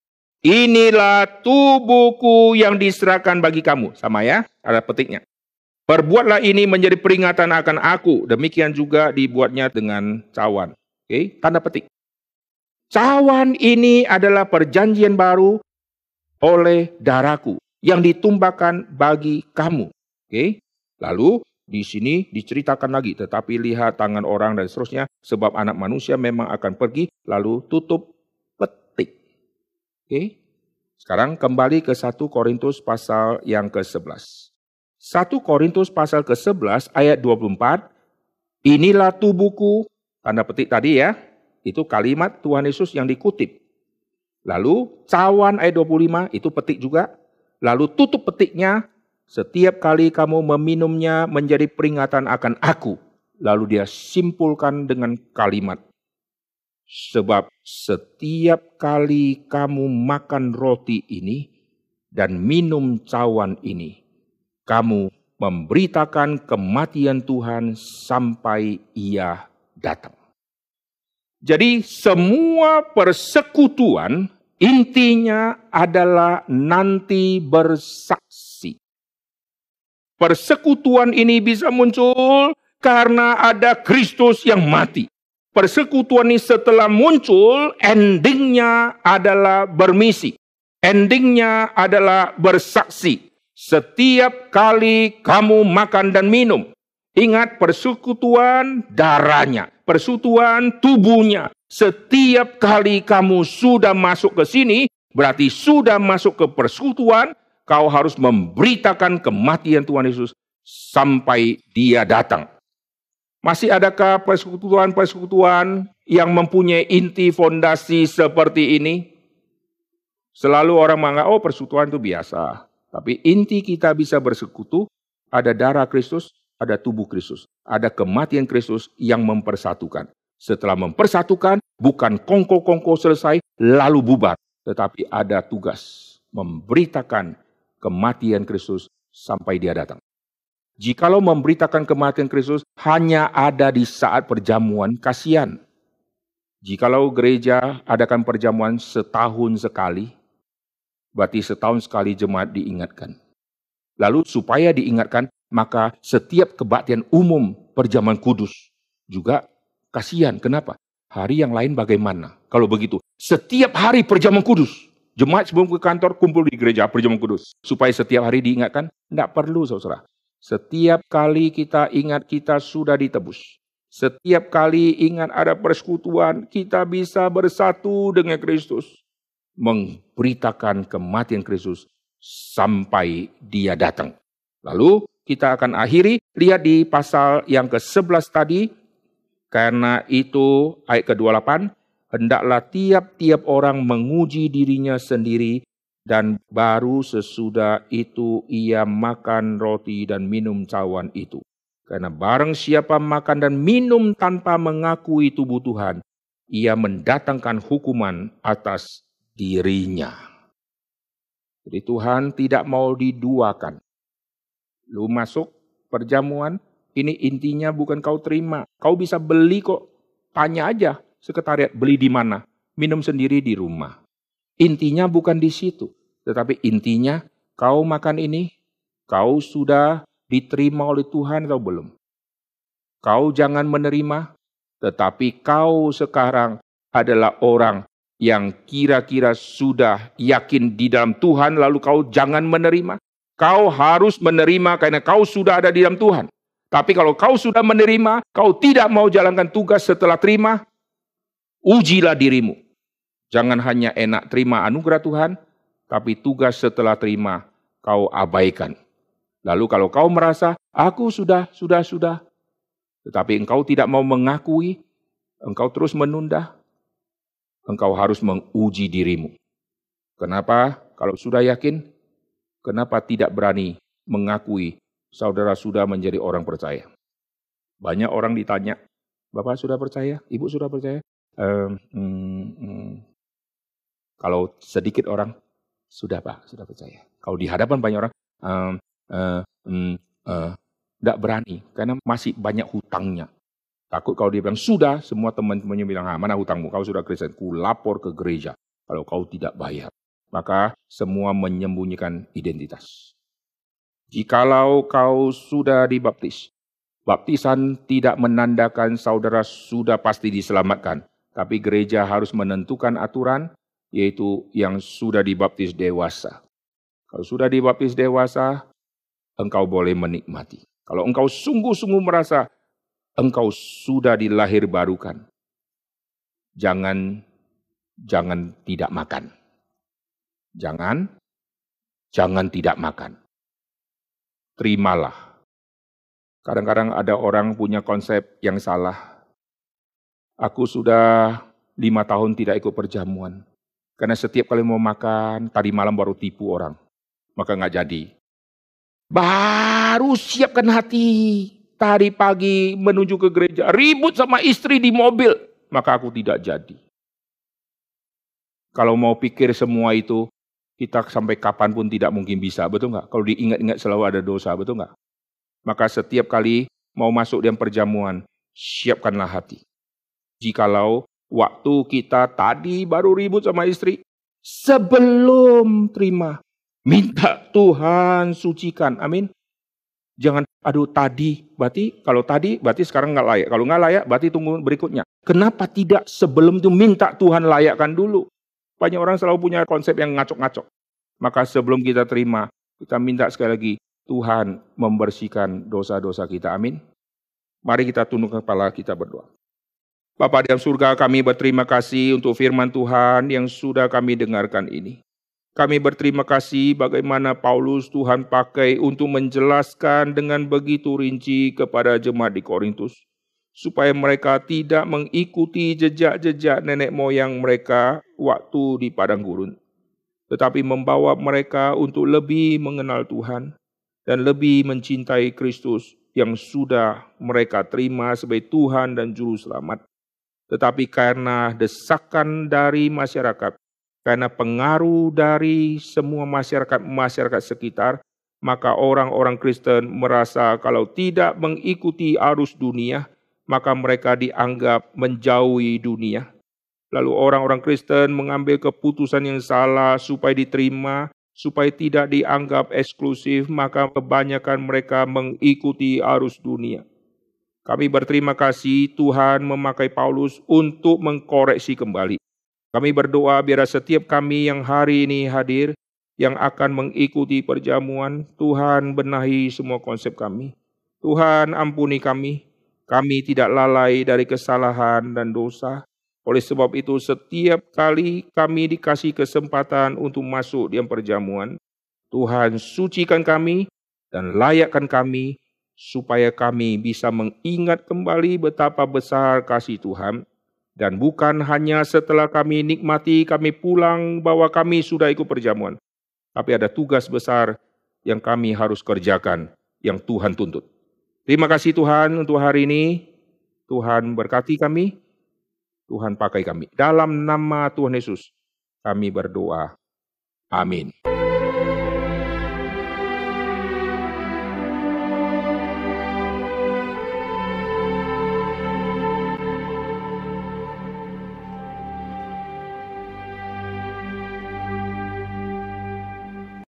Inilah tubuhku yang diserahkan bagi kamu. Sama ya, ada petiknya. Perbuatlah ini menjadi peringatan akan aku. Demikian juga dibuatnya dengan cawan. Tanda petik. Cawan ini adalah perjanjian baru oleh darahku yang ditumpahkan bagi kamu. Lalu di sini diceritakan lagi, tetapi lihat tangan orang dan seterusnya, sebab anak manusia memang akan pergi, lalu tutup petik. Sekarang kembali ke 1 Korintus pasal yang ke-11. 1 Korintus pasal ke-11 ayat 24, inilah tubuhku, tanda petik tadi ya, itu kalimat Tuhan Yesus yang dikutip. Lalu cawan ayat 25, itu petik juga. Lalu tutup petiknya, setiap kali kamu meminumnya menjadi peringatan akan aku. Lalu dia simpulkan dengan kalimat, sebab setiap kali kamu makan roti ini dan minum cawan ini, kamu memberitakan kematian Tuhan sampai Ia datang. Jadi semua persekutuan intinya adalah nanti bersaksi. Persekutuan ini bisa muncul karena ada Kristus yang mati. Persekutuan ini setelah muncul, endingnya adalah bermisi. Endingnya adalah bersaksi. Setiap kali kamu makan dan minum, ingat persekutuan darahnya, persekutuan tubuhnya. Setiap kali kamu sudah masuk ke sini, berarti sudah masuk ke persekutuan, kau harus memberitakan kematian Tuhan Yesus sampai Dia datang. Masih adakah persekutuan-persekutuan yang mempunyai inti fondasi seperti ini? Selalu orang menganggap, oh persekutuan itu biasa. Tapi inti kita bisa bersekutu, ada darah Kristus, ada tubuh Kristus. Ada kematian Kristus yang mempersatukan. Setelah mempersatukan, bukan kongko-kongko selesai, lalu bubar. Tetapi ada tugas memberitakan kematian Kristus sampai dia datang. Jikalau memberitakan kematian Kristus hanya ada di saat perjamuan, kasihan. Jikalau gereja adakan perjamuan setahun sekali, berarti setahun sekali jemaat diingatkan. Lalu supaya diingatkan, maka setiap kebaktian umum perjamuan kudus juga kasihan. Kenapa? Hari yang lain bagaimana? Kalau begitu, setiap hari perjamuan kudus. Jemaat sebelum ke kantor kumpul di gereja perjamuan kudus. Supaya setiap hari diingatkan? Tidak perlu, saudara. Setiap kali kita ingat kita sudah ditebus. Setiap kali ingat ada persekutuan, kita bisa bersatu dengan Kristus. Memberitakan kematian Kristus sampai dia datang. Lalu kita akan akhiri, lihat di pasal yang ke-11 tadi. Karena itu ayat ke-28, hendaklah tiap-tiap orang menguji dirinya sendiri, dan baru sesudah itu ia makan roti dan minum cawan itu. Karena barang siapa makan dan minum tanpa mengakui tubuh Tuhan, ia mendatangkan hukuman atas dirinya. Jadi Tuhan tidak mau diduakan. Lu masuk perjamuan, ini intinya bukan kau terima. Kau bisa beli kok, tanya aja sekretariat beli di mana. Minum sendiri di rumah. Intinya bukan di situ. Tetapi intinya kau makan ini, kau sudah diterima oleh Tuhan atau belum? Kau jangan menerima, tetapi kau sekarang adalah orang yang kira-kira sudah yakin di dalam Tuhan, lalu kau jangan menerima. Kau harus menerima karena kau sudah ada di dalam Tuhan. Tapi kalau kau sudah menerima, kau tidak mau jalankan tugas setelah terima, ujilah dirimu. Jangan hanya enak terima anugerah Tuhan, tapi tugas setelah terima kau abaikan. Lalu kalau kau merasa, aku sudah. Tetapi engkau tidak mau mengakui, engkau terus menunda, engkau harus menguji dirimu. Kenapa? Kalau sudah yakin, kenapa tidak berani mengakui saudara sudah menjadi orang percaya? Banyak orang ditanya, Bapak sudah percaya? Ibu sudah percaya? Kalau sedikit orang, sudah Pak, sudah percaya. Kalau di hadapan banyak orang, tidak berani, karena masih banyak hutangnya. Takut kalau dia bilang, sudah, semua teman-temannya bilang, mana hutangmu, kau sudah Kristen, ku lapor ke gereja, kalau kau tidak bayar. Maka semua menyembunyikan identitas. Jikalau kau sudah dibaptis, baptisan tidak menandakan saudara sudah pasti diselamatkan. Tapi gereja harus menentukan aturan, yaitu yang sudah dibaptis dewasa. Kalau sudah dibaptis dewasa, engkau boleh menikmati. Kalau engkau sungguh-sungguh merasa engkau sudah dilahir barukan, jangan tidak makan. Jangan tidak makan. Terimalah. Kadang-kadang ada orang punya konsep yang salah. Aku sudah 5 tahun tidak ikut perjamuan. Karena setiap kali mau makan, tadi malam baru tipu orang. Maka nggak jadi. Baru siapkan hati. Tadi pagi menuju ke gereja. Ribut sama istri di mobil. Maka aku tidak jadi. Kalau mau pikir semua itu, kita sampai kapanpun tidak mungkin bisa. Betul nggak? Kalau diingat-ingat selalu ada dosa. Betul nggak? Maka setiap kali mau masuk dalam perjamuan, siapkanlah hati. Jikalau waktu kita tadi baru ribut sama istri, sebelum terima, minta Tuhan sucikan. Amin. Jangan, aduh tadi, berarti sekarang nggak layak. Kalau nggak layak, berarti tunggu berikutnya. Kenapa tidak sebelum itu minta Tuhan layakkan dulu? Banyak orang selalu punya konsep yang ngacok-ngacok. Maka sebelum kita terima, kita minta sekali lagi, Tuhan membersihkan dosa-dosa kita. Amin. Mari kita tunduk kepala, kita berdoa. Bapa di dalam surga, kami berterima kasih untuk firman Tuhan yang sudah kami dengarkan ini. Kami berterima kasih bagaimana Paulus Tuhan pakai untuk menjelaskan dengan begitu rinci kepada jemaat di Korintus. supaya mereka tidak mengikuti jejak-jejak nenek moyang mereka waktu di padang gurun, tetapi membawa mereka untuk lebih mengenal Tuhan dan lebih mencintai Kristus yang sudah mereka terima sebagai Tuhan dan Juru Selamat. Tetapi karena desakan dari masyarakat, karena pengaruh dari semua masyarakat sekitar, maka orang-orang Kristen merasa kalau tidak mengikuti arus dunia, maka mereka dianggap menjauhi dunia. Lalu orang-orang Kristen mengambil keputusan yang salah supaya diterima, supaya tidak dianggap eksklusif, maka kebanyakan mereka mengikuti arus dunia. Kami berterima kasih Tuhan memakai Paulus untuk mengkoreksi kembali. Kami berdoa biar setiap kami yang hari ini hadir, yang akan mengikuti perjamuan, Tuhan benahi semua konsep kami. Tuhan ampuni kami tidak lalai dari kesalahan dan dosa. Oleh sebab itu setiap kali kami dikasih kesempatan untuk masuk di perjamuan, Tuhan sucikan kami dan layakkan kami, supaya kami bisa mengingat kembali betapa besar kasih Tuhan. Dan bukan hanya setelah kami nikmati, kami pulang bahwa kami sudah ikut perjamuan. Tapi ada tugas besar yang kami harus kerjakan, yang Tuhan tuntut. Terima kasih Tuhan untuk hari ini. Tuhan berkati kami, Tuhan pakai kami. Dalam nama Tuhan Yesus, kami berdoa. Amin.